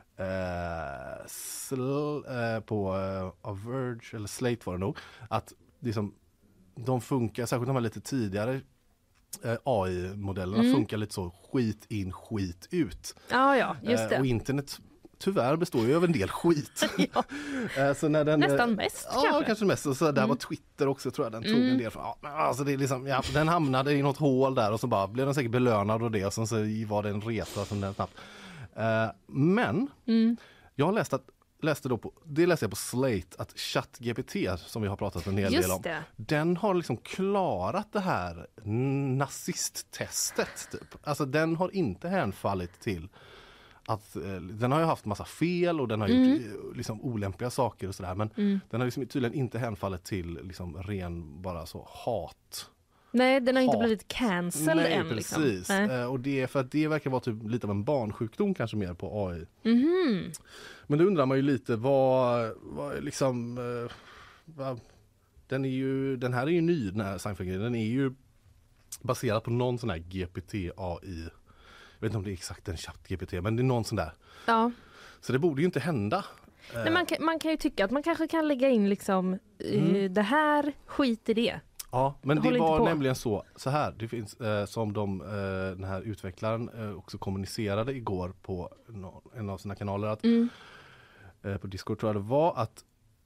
D: eh, sl, eh, på eh, A Verge, eller Slate var det nog. Att liksom, de funkar, särskilt de här lite tidigare A I-modellerna mm. funkar lite så skit in, skit ut.
C: Ja, ja, just det.
D: Och internet tyvärr består ju av en del skit.
C: ja.
D: så när den,
C: Nästan mest
D: ja,
C: kanske.
D: kanske mest. Och så där mm. var Twitter också, tror jag. Den tog mm. en del. Ja, alltså det är liksom, ja, den hamnade i något hål där och så bara blev den säkert belönad och det. Och sen så var det en resa som den snabbt. Uh, men
C: mm.
D: jag har läst att läste då på, det läste jag på Slate att ChatGPT, som vi har pratat en hel
C: Just
D: del om,
C: det.
D: den har liksom klarat det här nazisttestet typ. Alltså den har inte hänfallit till att eh, den har ju haft massa fel och den har
C: Mm.
D: gjort eh, liksom olämpliga saker och sådär, men
C: Mm.
D: den har liksom tydligen inte hänfallit till liksom ren bara så hat.
C: Nej, den har inte
D: Hat.
C: blivit cancelled
D: Nej,
C: än. Liksom.
D: precis.
C: Nej.
D: Eh, och det är för att det verkar vara typ lite av en barnsjukdom kanske mer på A I.
C: Mhm.
D: Men då undrar man ju lite vad, vad är liksom eh, vad, den är ju, den här är ju ny, den här Seinfeld-grejen. Den är ju baserad på någon sån här G P T A I. Jag vet inte om det är exakt en ChatGPT, G P T, men det är någon sån där.
C: Ja.
D: Så det borde ju inte hända.
C: Men man, kan, man kan ju tycka att man kanske kan lägga in liksom
D: Mm.
C: eh, det här, skit i det.
D: Ja, men
C: Håll
D: det
C: inte
D: var
C: på.
D: nämligen så, så här, det finns eh, som de, eh, den här utvecklaren eh, också kommunicerade igår på no, en av sina kanaler att,
C: Mm.
D: eh, på Discord tror jag det var, att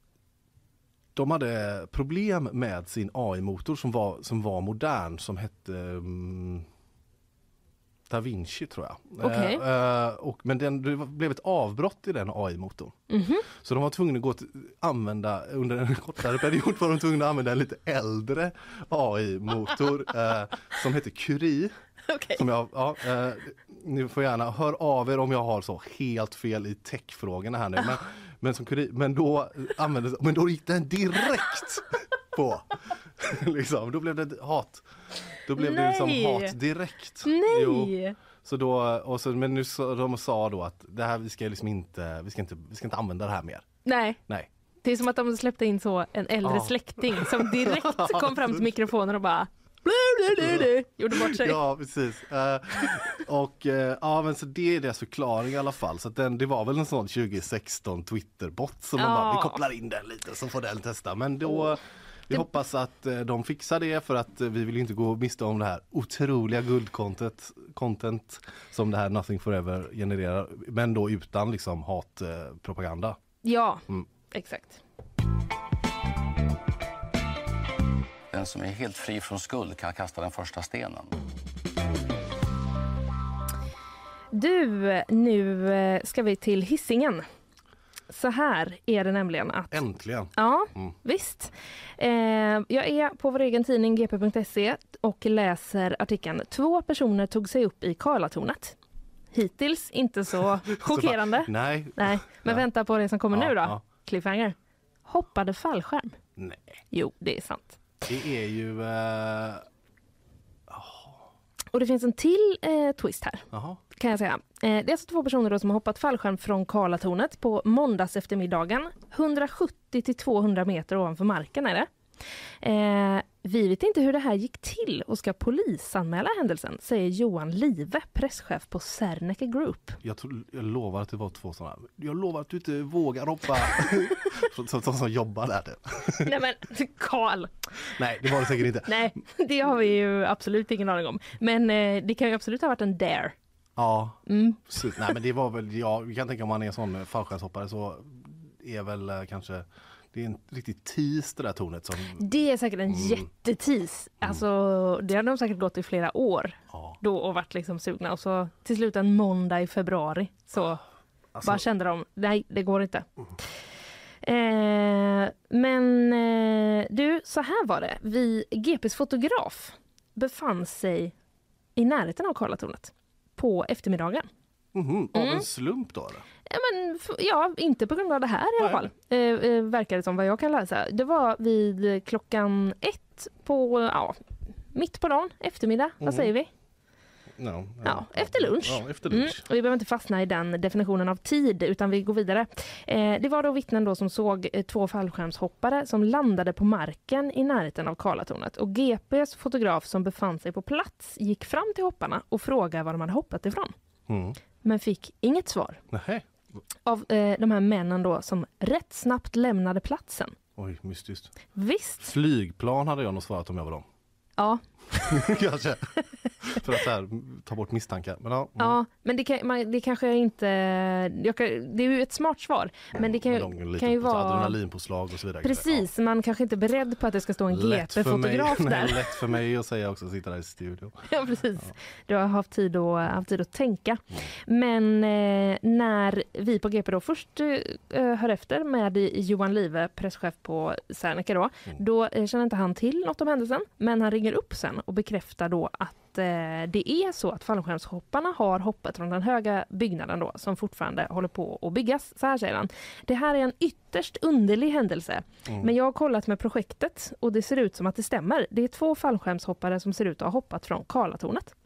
D: de hade problem med sin A I-motor som var, som var modern, som hette um, Da Vinci tror jag.
C: Okej.
D: Eh, eh, och, men den, det blev ett avbrott i den A I-motorn.
C: Mhm.
D: Så de var tvungna att gå till, använda, under en kortare period var de tvungna att använda en lite äldre A I-motor eh, som heter Curie.
C: Okay.
D: Som jag, ja, eh, ni får gärna hör av er om jag har så helt fel i techfrågorna här nu. Men, men, som Curie, men, då användes, men då gick den direkt på. liksom, då blev det hat. Då blev det liksom
C: Nej.
D: hat direkt.
C: Nej!
D: Jo. Så då, och så, men nu så, de sa då att det här, vi ska liksom inte, vi ska inte, vi ska inte använda det här mer.
C: Nej.
D: Nej.
C: Det är som att de släppte in så en äldre
D: Ja.
C: släkting som direkt kom fram till mikrofonen och bara blu, blu, blu, blu, gjorde bort sig.
D: Ja, precis. Eh, och eh, ja, men så det är deras förklaring i alla fall. Så att den, det var väl en sån tjugo sexton Twitter-bot som de
C: Ja.
D: bara, vi kopplar in den lite så får den testa. Men då, vi hoppas att eh, de fixar det för att eh, vi vill inte gå miste om det här otroliga guldcontent content som det här Nothing Forever genererar. Men då utan liksom hatpropaganda.
C: Ja,
D: Mm.
C: exakt.
L: Den som är helt fri från skuld kan kasta den första stenen.
C: Du, nu eh, ska vi till Hisingen. Så här är det nämligen att...
D: Äntligen.
C: Ja,
D: Mm.
C: visst. Eh, jag är på vår egen tidning g p punkt se och läser artikeln Två personer tog sig upp i Karlatornet. Hittills inte så chockerande.
D: Så bara, nej.
C: Nej, men
D: Ja.
C: vänta på det som kommer
D: Ja,
C: nu då.
D: ja.
C: Cliffhanger. Hoppade fallskärm.
D: Nej.
C: Jo, det är sant.
D: Det är ju... Eh,
C: Och det finns en till eh, twist här.
D: jaha.
C: Kan jag säga. Eh, det är alltså två personer då som har hoppat fallskärm från Karlatornet på måndags eftermiddagen. hundrasjuttio till tvåhundra meter ovanför marken är det. Eh, vi vet inte hur det här gick till och ska polisanmäla händelsen, säger Johan Live, presschef på Serneke Group.
D: Jag, tror, jag lovar att det var två sådana. Jag lovar att du inte vågar hoppa. som, som, som jobbar där.
C: Nej men, Karl.
D: Nej, det var det säkert inte.
C: Nej, det har vi ju absolut ingen aning om. Men eh, det kan ju absolut ha varit en dare.
D: Ja,
C: Mm.
D: så, nej men det var väl, ja, vi kan tänka om man är sån fallskärmshoppare så är väl eh, kanske, det är en riktigt tis det där tornet som...
C: Det är säkert en
D: Mm.
C: jättetis. Alltså, det har de säkert gått i flera år
D: Ja.
C: då och varit liksom sugna. Och så till slut en måndag i februari så
D: Alltså-
C: bara kände de, nej det går inte. Eh, men eh, du, så här var det. Vi, G P:s fotograf befann sig i närheten av Karlatornet på eftermiddagen.
D: Mhm, av
C: Mm.
D: en slump då eller?
C: Ja, men, f- ja, inte på grund av det här i alla
D: Nej.
C: fall. Eh, eh, verkar det som vad jag kan läsa. Det var vid klockan ett på, ja, mitt på dagen, eftermiddag,
D: Mhm.
C: vad säger vi?
D: No,
C: Ja, efter lunch.
D: Ja, efter
C: Mm,
D: lunch.
C: och vi behöver inte fastna i den definitionen av tid utan vi går vidare. Eh, det var då vittnen då som såg eh, två fallskärmshoppare som landade på marken i närheten av Karlatornet. Och G P:s fotograf som befann sig på plats gick fram till hopparna och frågade var de hade hoppat ifrån.
D: Mm.
C: Men fick inget svar
D: Nej.
C: av eh, de här männen då som rätt snabbt lämnade platsen.
D: Oj, mystiskt.
C: Visst,
D: Flygplan hade jag nog svarat om jag var dem.
C: ja.
D: Kanske. För att så här, ta bort misstankar. Men, ja, mm.
C: ja, men det, kan, man, det kanske inte... Jag kan, det är ju ett smart svar. Men det kan,
D: men
C: kan ju vara...
D: Adrenalinpåslag och så vidare.
C: Precis, ja. Man kanske inte är beredd på att det ska stå en G P-fotograf där.
D: Nej, lätt för mig att säga också, att sitta där i studion.
C: Ja, precis. Ja. Du har haft tid att, haft tid att tänka.
D: Mm.
C: Men eh, när vi på G P då först eh, hör efter med Johan Live, presschef på Serneke då, mm. då eh, känner inte han till något om händelsen. Men han ringer upp sen och bekräftar då att eh, det är så att fallskärmshopparna har hoppat från den höga byggnaden då, som fortfarande håller på att byggas. Så här säger han. Det här är en ytterst underlig händelse. Mm. Men jag har kollat med projektet och det ser ut som att det stämmer. Det är två fallskärmshoppare som ser ut att ha hoppat från Karlatornet.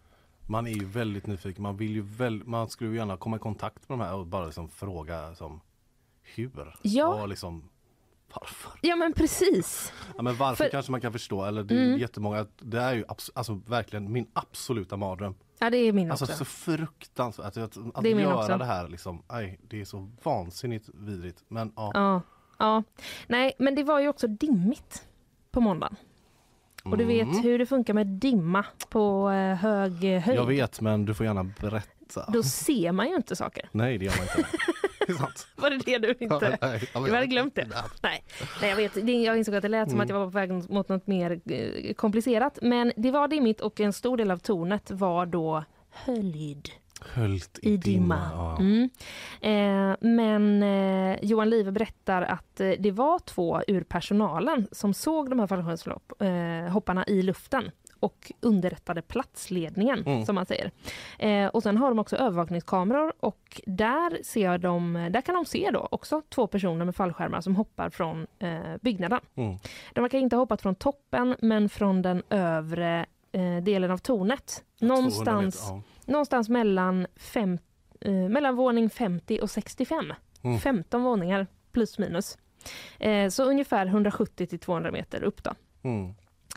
D: Man är ju väldigt nyfiken. Man vill ju väl, man skulle ju gärna komma i kontakt med de här och bara liksom fråga som hur?
C: Ja.
D: Och liksom varför?
C: Ja, men precis.
D: Ja, men varför
C: För...
D: kanske man kan förstå. Eller det är
C: mm.
D: jättemånga. Det är ju abs- alltså verkligen min absoluta mardröm.
C: Ja, det är min också.
D: Alltså så fruktansvärt. Att, att, att
C: det är
D: göra
C: också.
D: det här liksom. Aj, det är så vansinnigt vidrigt. Men ja.
C: Ja. Ja. Nej, men det var ju också dimmigt på måndagen. Och du vet
D: mm.
C: hur det funkar med dimma på eh, hög höjd.
D: Jag vet, men du får gärna berätta.
C: Då ser man ju inte saker.
D: Nej, det gör man inte. Det är sant.
C: Var det det du inte?
D: Ja, nej,
C: du hade glömt det? Nej. Nej, jag vet. Jag insåg att det lät som mm. att jag var på väg mot något mer eh, komplicerat. Men det var dimmigt och en stor del av tornet var då höljd.
D: Höllt i,
C: i dimma.
D: dimma. Ja.
C: Mm. Eh, men eh, Johan Live berättar att eh, det var två ur personalen som såg de här fallskärmshopparna eh, i luften och underrättade platsledningen, mm. som man säger. Eh, och sen har de också övervakningskameror och där, ser de, där kan de se då också två personer med fallskärmar som hoppar från eh, byggnaden. Mm. De verkar inte ha hoppat från toppen men från den övre eh, delen av tornet. Någonstans...
D: Ja.
C: Någonstans mellan, fem, eh, mellan våning femtio och sextiofem. Mm. femton våningar plus minus. Eh, så ungefär hundrasjuttio till tvåhundra meter upp då.
D: Mm.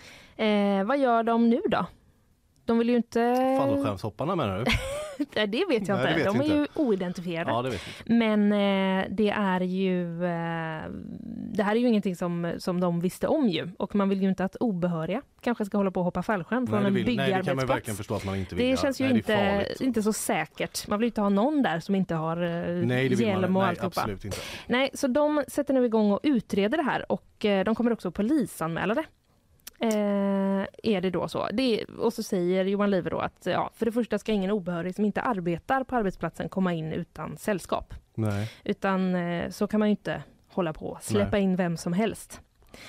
C: Eh, vad gör de nu då? De vill ju inte...
D: Fallskärmshopparna menar du?
C: Det vet jag
D: Nej,
C: inte.
D: Vet
C: de är
D: inte.
C: ju oidentifierade.
D: Ja, det vet jag.
C: Men eh, det är ju eh, det här är ju ingenting som, som de visste om ju. Och man vill ju inte att obehöriga kanske ska hålla på och hoppa fallskärm från
D: Nej,
C: en
D: vill,
C: byggarbetsplats.
D: Nej, det kan man verkligen förstå att man inte vill.
C: Det
D: Ja.
C: känns ju
D: Nej,
C: inte, inte så säkert. Man vill inte ha någon där som inte har eh,
D: Nej, det vill
C: hjälm
D: man.
C: och
D: Nej,
C: alltihopa.
D: absolut inte.
C: Nej, så de sätter nu igång och utreder det här och eh, de kommer också polisanmäla det. Eh, är det då så? Det är, och så säger Johan Live då att ja, för det första ska ingen obehörig som inte arbetar på arbetsplatsen komma in utan sällskap.
D: Nej.
C: Utan eh, så kan man ju inte hålla på släppa Nej. in vem som helst.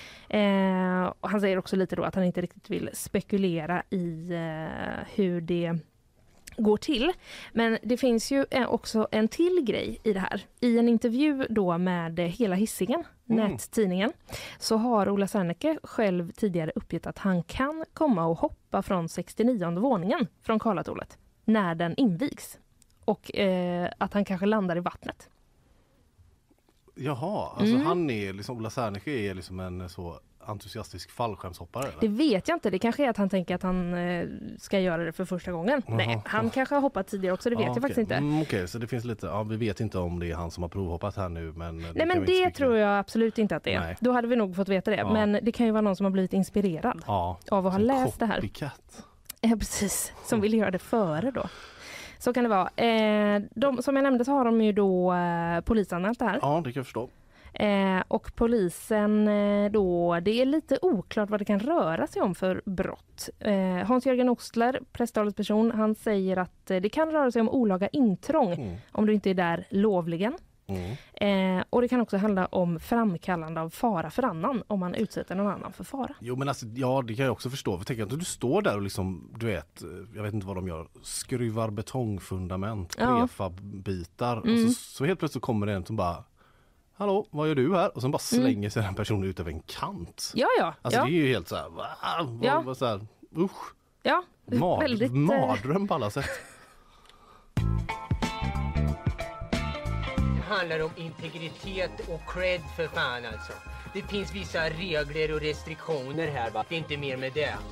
C: Eh, och han säger också lite då att han inte riktigt vill spekulera i eh, hur det går till. Men det finns ju också en till grej i det här. I en intervju då med Hela Hisingen, mm. nättidningen, så har Ola Serneke själv tidigare uppgett att han kan komma och hoppa från sextionionde våningen från Karlatornet när den invigs. Och eh, att han kanske landar i vattnet.
D: Jaha, alltså
C: Mm.
D: han är liksom, Ola Serneke är liksom en så entusiastisk fallskärmshoppare eller?
C: Det vet jag inte. Det kanske är att han tänker att han eh, ska göra det för första gången.
D: Jaha.
C: Nej, han kanske har hoppat tidigare också. Det vet
D: ja,
C: jag
D: okay.
C: faktiskt inte.
D: Mm, Okej, okay. Så det finns lite, ja, vi vet inte om det är han som har provhoppat här nu. Men det
C: Nej, men det tror jag absolut inte att det är.
D: Nej.
C: Då hade vi nog fått veta det.
D: Ja.
C: Men det kan ju vara någon som har blivit inspirerad
D: ja.
C: av att ha läst det här.
D: Copycat.
C: Ja, precis. Som vill göra det före då. Så kan det vara. Eh, de, som jag nämnde så har de ju då eh, polisanmält det här.
D: Ja, det kan jag förstå.
C: Eh, och polisen eh, då, det är lite oklart vad det kan röra sig om för brott. Eh, Hans-Jörgen Ostler, presstalesperson, han säger att eh, det kan röra sig om olaga intrång mm. om du inte är där lovligen. Mm. Eh, och det kan också handla om framkallande av fara för annan om man utsätter någon annan för fara.
D: Jo, men alltså, ja, det kan jag också förstå. För tänk att du står där och liksom, du vet, jag vet inte vad de gör, skruvar betongfundament,
C: ja.
D: prefabbitar
C: Mm.
D: och så, så helt plötsligt kommer det en som bara hallå, vad gör du här? Och sen bara slänger mm. sig den personen ut över en kant.
C: Ja, ja.
D: Alltså
C: ja.
D: det är ju helt så här, va, va,
C: ja.
D: va, så här usch.
C: Ja,
D: Mad,
C: väldigt...
D: Mardröm på alla sätt.
M: Det handlar om integritet och cred för fan alltså. Det finns vissa regler och restriktioner här va. Det är inte mer med det.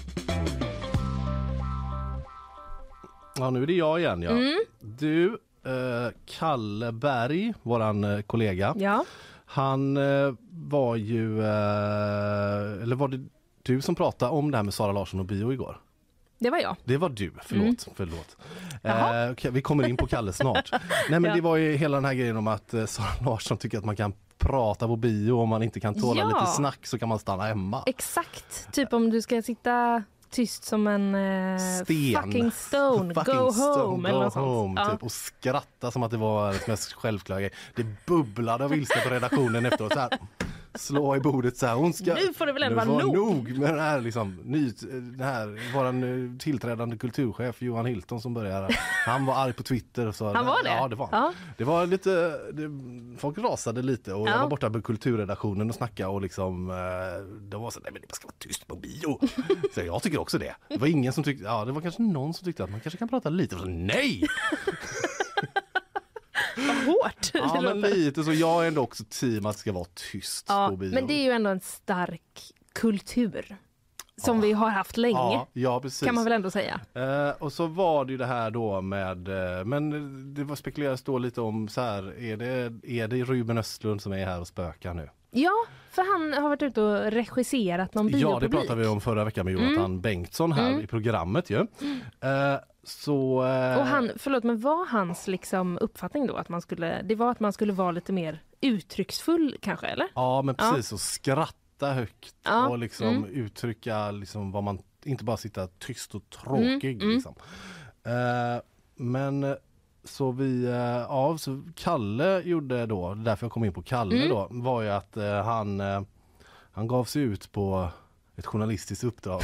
D: Ja, nu är det jag igen, ja.
C: Mm.
D: Du, eh, Kalle Berg, våran eh, kollega.
C: Ja.
D: Han eh, var ju, eh, eller var det du som pratade om det här med Sara Larsson och bio igår?
C: Det var jag.
D: Det var du, förlåt.
C: Mm.
D: förlåt. Eh, okay, vi kommer in på Kalle snart. Nej men
C: Ja.
D: det var ju hela den här grejen om att eh, Sara Larsson tycker att man kan prata på bio, om man inte kan tåla
C: Ja.
D: lite snack så kan man stanna hemma.
C: Exakt. Typ om du ska sitta tyst som en eh,
D: Sten.
C: fucking stone,
D: Fucking
C: go
D: stone,
C: home eller
D: go
C: något sånt.
D: home,
C: Ja.
D: typ, och skratta som att det var det mest självklara grej. Det bubblade av ilska på redaktionen efteråt så här. Slå i bordet så här. Hon ska,
C: Nu får det väl ändå
D: nu
C: vara
D: får
C: nog.
D: nog med den här liksom ny, den här våran tillträdande kulturchef Johan Hilton som började. Han var arg på Twitter och så.
C: Han var det?
D: Ja, det var.
C: Ja.
D: Det var lite det, folk rasade lite och
C: Ja.
D: jag var borta på kulturredaktionen och snackade och liksom eh, de var så nej men det ska vara tyst på bio. Så jag tycker också det. Det var ingen som tyckte ja, det var kanske någon som tyckte att man kanske kan prata lite och så nej.
C: Vad hårt
D: Ja,
C: det
D: men
C: låter.
D: lite så jag är ändå också team att det ska vara tyst
C: Ja,
D: på bio.
C: men det är ju ändå en stark kultur som vi har haft länge.
D: Ja, ja, precis.
C: Kan man väl ändå säga.
D: Eh, och så var det ju det här då med, eh, men det var spekuleras då lite om så här, är det, är det Ruben Östlund som är här och spökar nu?
C: Ja, för han har varit ute och regisserat någon biopublik.
D: Ja, det pratade vi om förra veckan med Jonathan
C: Mm.
D: Bengtsson här
C: Mm.
D: i programmet ju. Eh, så, eh,
C: Och han, förlåt, men var hans liksom uppfattning då att man skulle, det var att man skulle vara lite mer uttrycksfull kanske, eller?
D: Ja, men precis, och skratta högt
C: Ja,
D: och liksom
C: mm.
D: uttrycka liksom vad man, inte bara sitta tyst och tråkig
C: Mm, mm.
D: liksom. Eh, men så vi, eh, ja, så Kalle gjorde då, därför jag kom in på Kalle
C: Mm.
D: då, var ju att eh, han, eh, han gav sig ut på ett journalistiskt uppdrag.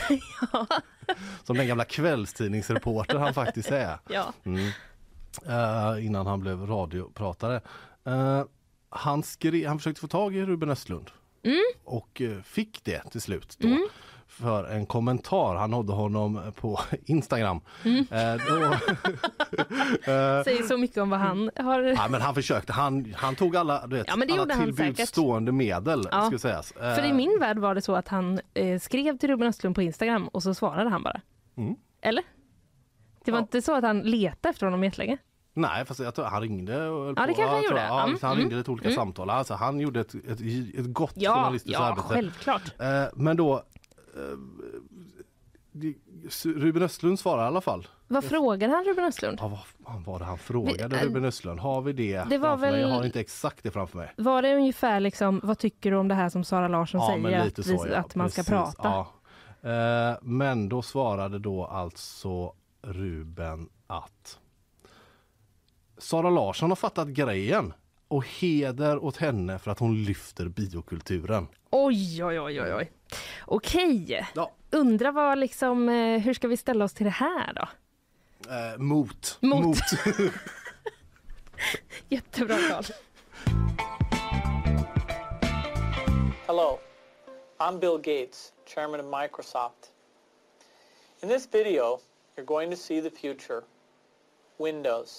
D: Som den gamla kvällstidningsreporter han faktiskt är.
C: Ja.
D: Mm. Eh, innan han blev radiopratare. Eh, han, skrev, han försökte få tag i Ruben Östlund.
C: Mm.
D: Och eh, fick det till slut då.
C: Mm.
D: För en kommentar. Han nådde honom på Instagram.
C: Mm.
D: Eh, då, eh,
C: Säger så mycket om vad han har...
D: ja, men han försökte. Han, han tog alla, du vet,
C: Ja, men det gjorde
D: alla
C: han säkert.
D: tillbudstående medel.
C: Ja.
D: Ska sägas. Eh,
C: För i min värld var det så att han eh, skrev till Ruben Östlund på Instagram och så svarade han bara.
D: Mm.
C: Eller? Det var
D: Ja.
C: inte så att han letade efter honom jättelänge?
D: Nej, fast jag tror han ringde. Och höll
C: Ja, det
D: på.
C: kanske han
D: jag tror-
C: gjorde.
D: Ja,
C: Mm,
D: han
C: mm,
D: ringde lite olika
C: mm.
D: samtal. Alltså, han gjorde ett, ett, ett gott
C: Ja,
D: journalistiskt
C: ja,
D: arbete.
C: självklart.
D: Eh, men då, eh, det- Ruben Östlund svarar i alla fall.
C: Vad frågade han Ruben Östlund?
D: Ja, vad fan var det han frågade
C: Vi-
D: Ruben Östlund? Har vi det,
C: Det var
D: framför mig?
C: väl-
D: Jag har inte exakt det framför mig.
C: Var det ungefär liksom, vad tycker du om det här som Sara Larsson
D: Ja, men
C: säger?
D: lite
C: Att, vi,
D: så, ja.
C: att man ska
D: Precis,
C: prata?
D: ja. Eh, men då svarade då alltså Ruben att Sara Larsson har fattat grejen och heder åt henne för att hon lyfter biokulturen.
C: Oj, oj, oj, oj, oj. Okej.
D: Ja.
C: Undra vad liksom, eh, hur ska vi ställa oss till det här då?
D: Eh, mot.
C: Mot. Jättebra, Carl.
N: Hello, I'm Bill Gates, chairman of Microsoft. In this video, you're going to see the future. Windows.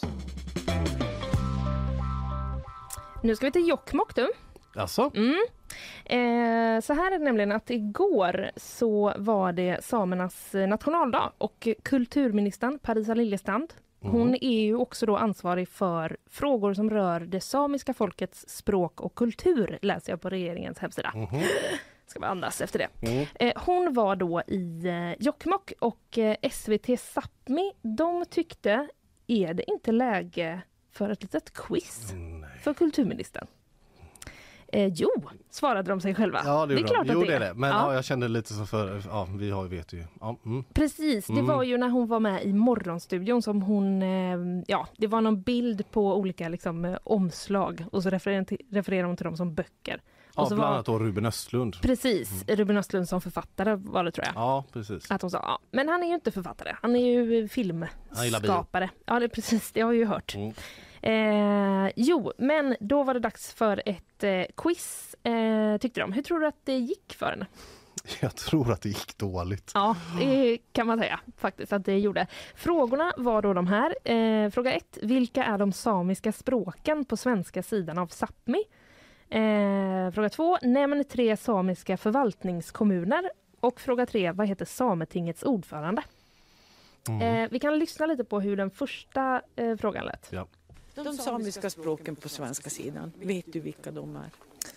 C: Nu ska vi till Jokkmokk, du.
D: Alltså?
C: Mm. Eh, så här är det nämligen att igår så var det samernas nationaldag och kulturministern Parisa Liljestrand, hon är ju också då ansvarig för frågor som rör det samiska folkets språk och kultur, läser jag på regeringens hemsida.
D: Mm-hmm.
C: Ska bara andas efter det.
D: Mm.
C: Eh, hon var då i eh, Jokkmokk och eh, S V T Sápmi, de tyckte, är det inte läge för ett litet quiz för kulturministern? Eh, jo, svarade de sig själva.
D: Ja, det,
C: det är
D: är
C: klart
D: jo,
C: att
D: det är det. Men
C: ja.
D: ja, jag kände lite så för, ja, vi har, vet ju. Ja, mm.
C: Precis, det
D: Mm.
C: var ju när hon var med i Morgonstudion som hon, eh, ja, det var någon bild på olika liksom, eh, omslag och så refererar, till, refererar hon till dem som böcker.
D: Ja,
C: och så
D: bland
C: var,
D: annat då Ruben Östlund.
C: precis, Ruben Östlund som författare var det, tror jag.
D: Ja, precis.
C: Att hon sa, ja, men han är ju inte författare, han är ju
D: Han gillar bio.
C: filmskapare. Ja, det är precis, det har vi ju hört.
D: Mm.
C: Eh, jo, men då var det dags för ett eh, quiz, eh, tyckte de. Hur tror du att det gick för henne?
D: Jag tror att det gick dåligt.
C: Ja, det kan man säga faktiskt att det gjorde. Frågorna var då de här. Eh, fråga ett, vilka är de samiska språken på svenska sidan av Sápmi? Eh, fråga två, nämn tre samiska förvaltningskommuner. Och fråga tre, vad heter Sametingets ordförande?
D: Mm.
C: Eh, vi kan lyssna lite på hur den första eh, frågan lät.
D: Ja.
I: De samiska språken på svenska sidan, vet du vilka de är?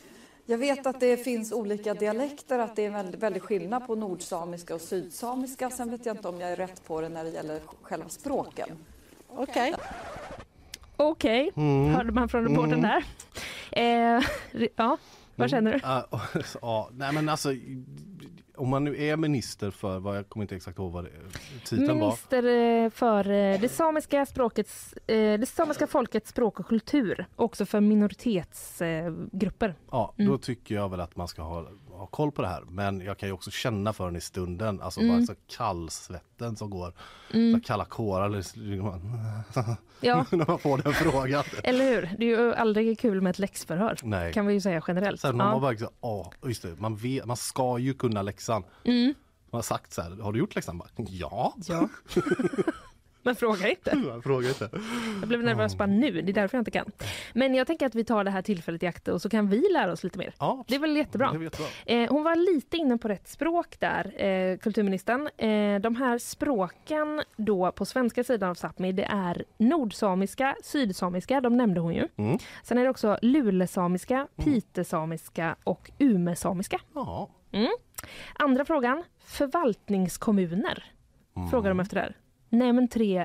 O: Jag vet att det finns olika dialekter, att det är en väldigt, väldigt skillnad på nordsamiska och sydsamiska. Sen vet jag inte om jag är rätt på det när det gäller själva språken.
C: Okej. Okay. Okej, okay. mm. hörde man från reportern mm. där. Eh, ja, vad känner du?
D: Uh, ja, nej men alltså, om man nu är minister för, vad jag kommer inte exakt ihåg vad det, titeln
C: minister var. Minister för det samiska språkets, det samiska folkets språk och kultur. Också för minoritetsgrupper.
D: Ja, då mm. tycker jag väl att man ska ha, ha koll på det här. Men jag kan ju också känna för den i stunden. Alltså mm. bara så kallsvetten som går. Mm. Så kalla kårar.
C: Ja.
D: När man får den frågan.
C: Eller hur? Det är ju aldrig kul med ett läxförhör. Nej. Kan vi ju säga generellt.
D: Sen man ja. bara så, åh, just det, man, vet, man ska ju kunna läxan. Mm. Man har sagt så här, har du gjort läxan? Bara, ja.
C: Ja. Men fråga inte.
D: Jag frågar inte.
C: Jag blev nervös bara nu, det är därför jag inte kan. Men jag tänker att vi tar det här tillfället i akt och så kan vi lära oss lite mer. Ja, det är väl jättebra.
D: Det är jättebra.
C: Eh, hon var lite inne på rätt språk där, eh, kulturministern. Eh, de här språken då på svenska sidan av Sápmi, det är nordsamiska, sydsamiska, de nämnde hon ju. Mm. Sen är det också lulesamiska, pitesamiska och umesamiska.
D: Ja.
C: Mm. Andra frågan, förvaltningskommuner. Mm. Frågar de efter det här. Nämn tre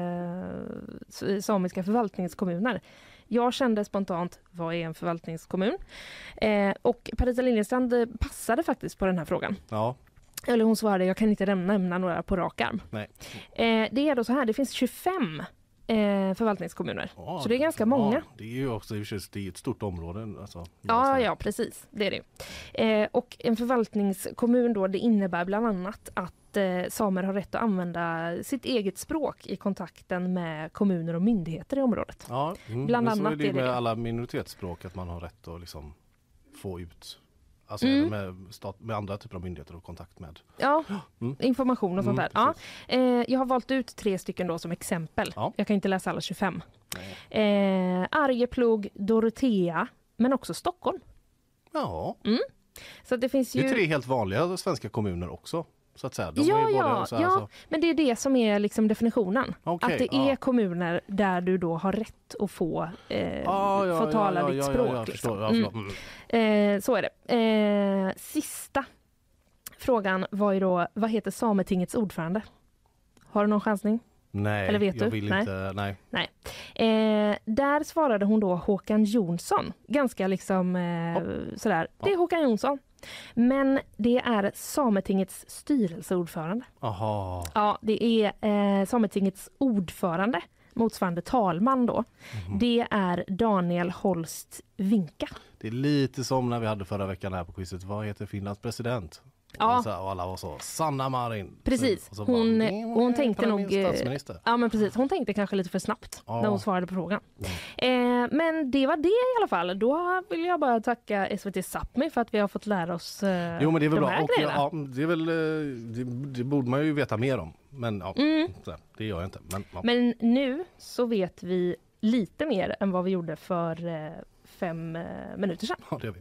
C: eh, samiska förvaltningskommuner. Jag kände spontant, vad är en förvaltningskommun? Eh, och Parisa Liljestrand passade faktiskt på den här frågan.
D: Ja.
C: Eller hon svarade, jag kan inte nämna några på rak arm.
D: Nej.
C: Eh, det är då så här, det finns tjugofem eh, förvaltningskommuner. Ja, så det är ganska många.
D: Ja, det är ju också det är ett stort område. Alltså,
C: ja, ja, precis. Det är det. Eh, och en förvaltningskommun då, det innebär bland annat att samer har rätt att använda sitt eget språk i kontakten med kommuner och myndigheter i området.
D: Ja, mm.
C: Bland
D: men
C: annat
D: så är det
C: är
D: med
C: det.
D: alla minoritetsspråk att man har rätt att liksom få ut, alltså
C: Mm.
D: med, stat, med andra typer av myndigheter och kontakt med.
C: Ja, mm. information och sånt
D: Mm,
C: där. Ja. Eh, jag har valt ut tre stycken då som exempel.
D: Ja.
C: Jag kan inte läsa alla tjugofem. Eh, Arjeplog, Dorotea, men också Stockholm.
D: Ja.
C: Mm. Så det finns ju...
D: Det är tre helt vanliga svenska kommuner också. Så att säga. De
C: ja,
D: är både
C: ja,
D: så här,
C: ja.
D: så...
C: men det är det som är liksom definitionen.
D: Okay,
C: att det
D: ja.
C: är kommuner där du då har rätt att få, eh,
D: ah, ja,
C: få tala
D: ja, ja,
C: ditt
D: ja,
C: språk.
D: Ja, ja,
C: liksom.
D: ja, mm.
C: mm. eh, så är det. Eh, sista frågan var ju då, vad heter Sametingets ordförande? Har du någon chansning?
D: Nej,
C: Eller vet
D: jag
C: du?
D: vill
C: nej.
D: inte. Nej.
C: nej. Eh, där svarade hon då Håkan Jonsson. Ganska liksom eh, ja. sådär. Det är ja. Håkan Jonsson. Men det är Sametingets styrelseordförande.
D: Aha.
C: Ja, det är eh, Sametingets ordförande, motsvarande talman då. Mm. Det är Daniel Holst Vinka.
D: Det är lite som när vi hade förra veckan här på quizet. Vad heter Finlands president?
C: Ja.
D: Och, så, och alla var så, Sanna Marin.
C: Precis.
D: Så,
C: hon,
D: bara,
C: hon tänkte nog...
D: Ja,
C: men precis. Hon tänkte kanske lite för snabbt
D: ja.
C: när hon svarade på frågan. Mm. Eh, men det var det i alla fall. Då vill jag bara tacka S V T Sápmi för att vi har fått lära oss eh,
D: jo, men det är väl
C: de
D: bra.
C: här
D: Och,
C: grejerna.
D: ja, det, är väl, det, det borde man ju veta mer om. Men ja,
C: mm.
D: så, det gör jag inte. Men, ja.
C: men nu så vet vi lite mer än vad vi gjorde för eh, fem eh, minuter sedan.
D: Ja, det gör vi.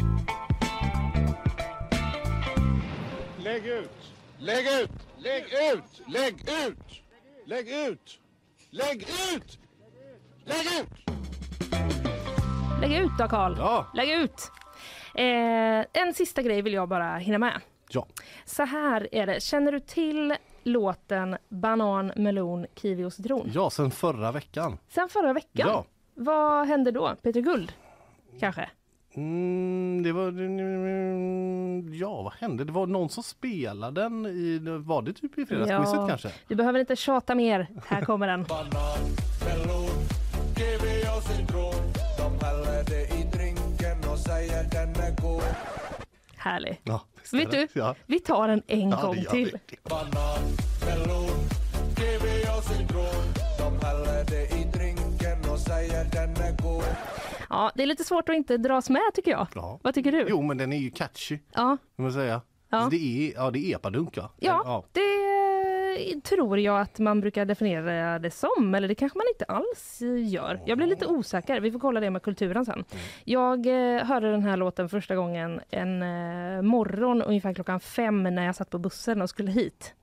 H: Lägg ut! Lägg ut! Lägg ut! Lägg ut! Lägg ut! Lägg ut! Lägg ut!
C: Lägg ut då, Carl.
D: Ja.
C: Lägg ut. Eh, en sista grej vill jag bara hinna med.
D: Ja.
C: Så här är det. Känner du till låten Banan, melon, kiwi och citron?
D: Ja, sen förra veckan.
C: Sen förra veckan?
D: Ja.
C: Vad hände då? Peter Guld? Kanske?
D: Mm, det var... Ja, vad hände? Det var någon som spelade den i... Var det typ i fredagsquizet
C: ja.
D: kanske?
C: Du behöver inte tjata mer. Här kommer den.
H: Banan, melon, kiwi och citron. De häller det i drinken och säger den är god.
C: Härlig.
D: Ja,
C: vet du?
D: Ja.
C: Vi tar den en
D: ja,
C: gång till.
H: Banan, melon, kiwi och citron. De häller det i drinken och säger den är god.
C: Ja, det är lite svårt att inte dras med tycker jag.
D: Ja.
C: Vad tycker du?
D: Jo, men den är ju catchy.
C: Ja.
D: Kan man säga.
C: Ja.
D: Det är, ja, det är epadunk, va?
C: Ja,
D: ja,
C: det tror jag att man brukar definiera det som. Eller det kanske man inte alls gör. Jag blir lite osäker. Vi får kolla det med kulturen sen. Mm. Jag eh, hörde den här låten första gången en eh, morgon ungefär klockan fem när jag satt på bussen och skulle hit.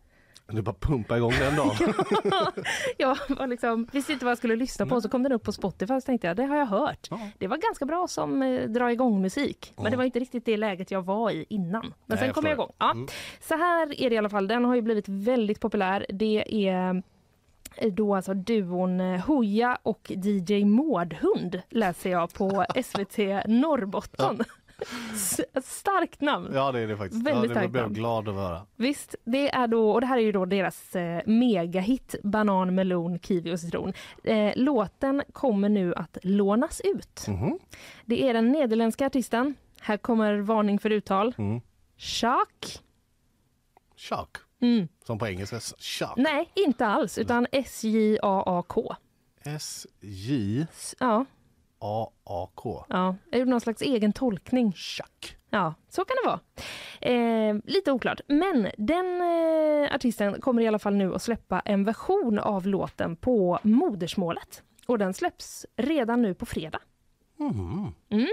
D: Du bara pumpa igång den dagen.
C: Jag var liksom, visste inte vad jag skulle lyssna på, så kom den upp på Spotify och tänkte jag, det har jag hört. Ja. Det var ganska bra som eh, dra igång musik. Men mm. det var inte riktigt det läget jag var i innan. Men Nej, sen kom jag igång. Ja. Mm. Så här är det i alla fall. Den har ju blivit väldigt populär. Det är då alltså duon Hooja och D J Mårdhund, läser jag på S V T Norrbotten. Ja. Starkt namn.
D: Ja, det är det faktiskt.
C: Väldigt
D: ja, det
C: starkt
D: blev
C: namn.
D: Glad att höra.
C: Visst, det är då, och det här är ju då deras eh, megahit Banan, melon, kiwi och citron. Eh, låten kommer nu att lånas ut. Mm-hmm. Det är den nederländska artisten. Här kommer varning för uttal. Mm. Shock.
D: Shock?
C: Mm.
D: Som på engelska, shock?
C: Nej, inte alls, utan S J A A K.
D: S J
C: Ja.
D: A A K.
C: Ja, jag gjorde någon slags egen tolkning.
D: Shock.
C: Ja, så kan det vara. Eh, lite oklart. Men den eh, artisten kommer i alla fall nu att släppa en version av låten på modersmålet. Och den släpps redan nu på fredag.
D: Mm.
C: Mm.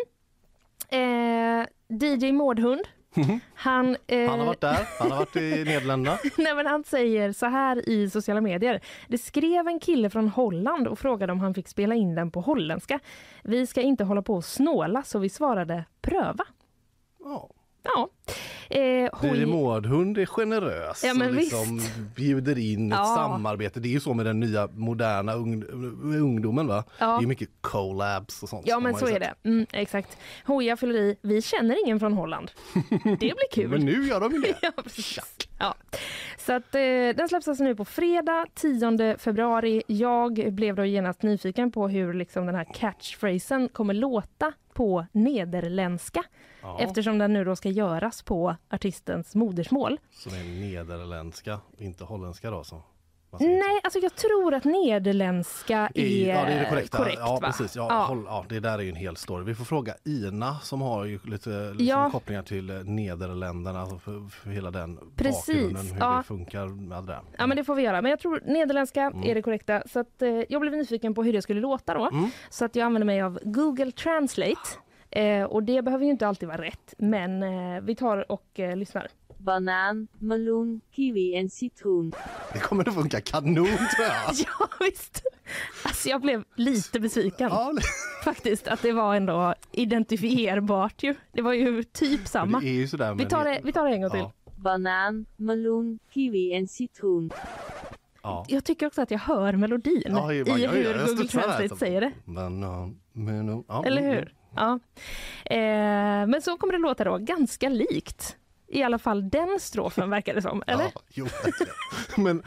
C: Eh, D J Mårdhund. Han, eh...
D: han har varit där, han har varit i Nederländerna.
C: Nej, men han säger så här i sociala medier. Det skrev en kille från Holland och frågade om han fick spela in den på holländska. Vi ska inte hålla på och snåla, så vi svarade pröva.
D: Ja.
C: Ja. Eh, hoj...
D: Det är Mårdhund är generös
C: ja, men
D: och liksom
C: visst.
D: bjuder in ett
C: ja.
D: samarbete. Det är ju så med den nya moderna ung... ungdomen, va? Ja. Det är mycket collabs och sånt.
C: Ja, men så är det. Mm, exakt. Hooja fyller i. Vi känner ingen från Holland. Det blir kul.
D: Men nu gör de ju det.
C: Ja, precis. Ja. Så att, eh, den släpps alltså nu på fredag, tionde februari. Jag blev då genast nyfiken på hur liksom den här catchphrasen kommer låta på nederländska. Ja. Eftersom den nu då ska göras på artistens modersmål.
D: Så det är nederländska, inte holländska då? Så.
C: Nej, alltså jag tror att nederländska är,
D: I, ja, det är det korrekta.
C: korrekt.
D: Ja,
C: va?
D: precis. Ja,
C: ja.
D: Håll, ja, det där är ju en hel story. Vi får fråga Ina som har ju lite liksom,
C: ja.
D: kopplingar till Nederländerna, alltså för, för hela den
C: precis.
D: bakgrunden, hur
C: ja.
D: det funkar med det. Mm.
C: Ja, men det får vi göra. Men jag tror nederländska mm. är det korrekta. Så att, eh, jag blev nyfiken på hur det skulle låta då. Mm. Så att jag använder mig av Google Translate. Eh, och det behöver ju inte alltid vara rätt. Men eh, vi tar och eh, lyssnar.
P: Banan, melon, kiwi en citron.
D: Det kommer att funka kanon, tror jag.
C: Ja, visst. Alltså jag blev lite besviken. Ja, faktiskt, att det var ändå identifierbart ju. Det var ju typ samma.
D: Det är ju sådär,
C: vi, tar det, vi tar det en gång till. Ja.
P: Banan, melon, kiwi en citron.
C: Ja. Jag tycker också att jag hör melodin ja, i hur jag, jag Google Translate säger det.
D: Banan, melon. Ja.
C: Eller hur? Ja. Eh, men så kommer det låta då ganska likt. I alla fall den strofen verkar det som, eller?
D: Ja, jo, men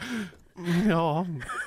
D: ja,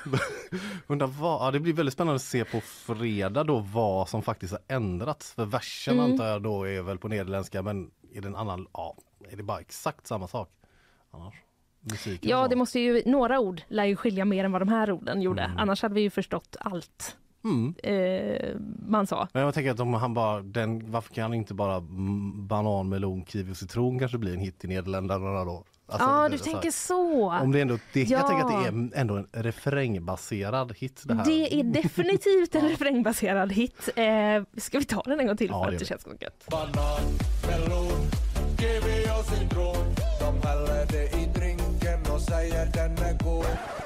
D: undrar vad, ja, det blir väldigt spännande att se på fredag då vad som faktiskt har ändrats. För versen mm. antar jag då är väl på nederländska, men är det en annan, ja, är det bara exakt samma sak? Annars, musiken
C: ja, det måste ju, några ord lär ju skilja mer än vad de här orden gjorde. Mm. Annars hade vi ju förstått allt. Mm. Eh, man sa.
D: Men jag tänker att om han bara, den, varför kan han inte bara banan, melon, kiwi och citron kanske bli en hit i Nederländerna då?
C: Alltså, ja, du tänker så.
D: Om det ändå, det, ja. Jag tänker att det är ändå en refrängbaserad hit det här.
C: Det är definitivt en refrängbaserad hit. Eh, ska vi ta den en gång till ja, för att det känns så gött?
Q: Banan, melon, kiwi och citron. De häller det i drinken och säger den är god.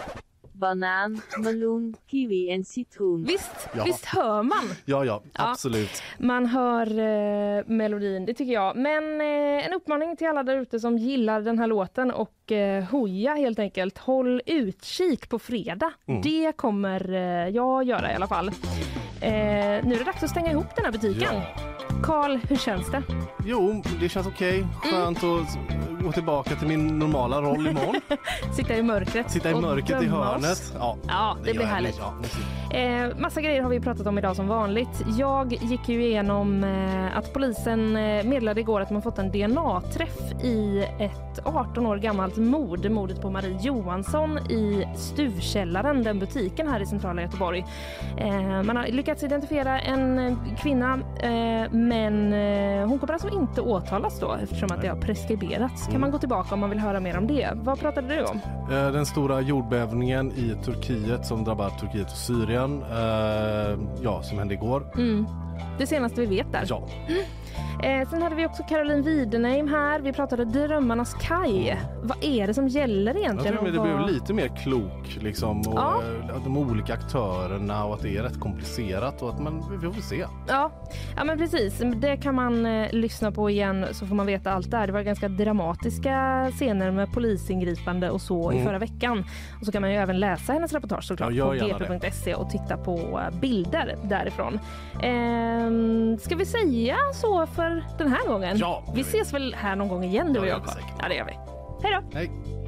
P: Banan, melon, kiwi en citron.
C: Visst, ja. Visst hör man?
D: Ja, ja, absolut.
C: Ja, man hör eh, melodin, det tycker jag. Men eh, en uppmaning till alla där ute som gillar den här låten och eh, Hooja helt enkelt. Håll utkik på fredag. Mm. Det kommer eh, jag göra i alla fall. Eh, nu är det dags att stänga ihop den här butiken. Ja. Carl, hur känns det?
D: Jo, det känns okej. Okay. Skönt mm. att gå tillbaka till min normala roll imorgon.
C: Sitta i mörkret.
D: Sitta i mörkret i hörnet. Ja,
C: ja det, det blir härligt. Ja, eh, massa grejer har vi pratat om idag som vanligt. Jag gick ju igenom eh, att polisen meddelade igår att man fått en D N A-träff i ett arton år gammalt mord. Mordet på Marie Johansson i Stuvkällaren, den butiken här i centrala Göteborg. Eh, man har lyckats identifiera en kvinna eh, men eh, hon kommer alltså inte åtalas då eftersom att det har preskriberats. Kan man gå tillbaka om man vill höra mer om det? Vad pratade du om?
D: Eh, den stora jordbävningen i Turkiet som drabbar Turkiet och Syrien. Eh, ja, som hände igår.
C: Mm. Det senaste vi vet där.
D: Ja.
C: Eh, sen hade vi också Caroline Widenheim här. Vi pratade Drömmarnas kaj. Vad är det som gäller egentligen?
D: Jag tror
C: och
D: det
C: vad...
D: blev lite mer klok liksom, och
C: Ja.
D: de olika aktörerna och att det är rätt komplicerat och att man, vi får se.
C: Ja. ja, men precis. Det kan man eh, lyssna på igen så får man veta allt där. Det var ganska dramatiska scener med polisingripande och så
D: Mm.
C: i förra veckan. Och så kan man ju även läsa hennes reportage såklart
D: Ja,
C: på
D: gör
C: g
D: gärna
C: p punkt se och titta på eh, bilder därifrån. Eh, ska vi säga så för den här gången?
D: Ja,
C: vi ses väl här någon gång igen du och
D: Ja,
C: jag,
D: det gör vi
C: Carl?
D: säkert.
C: Ja, det gör vi. Hej då!
D: Hej!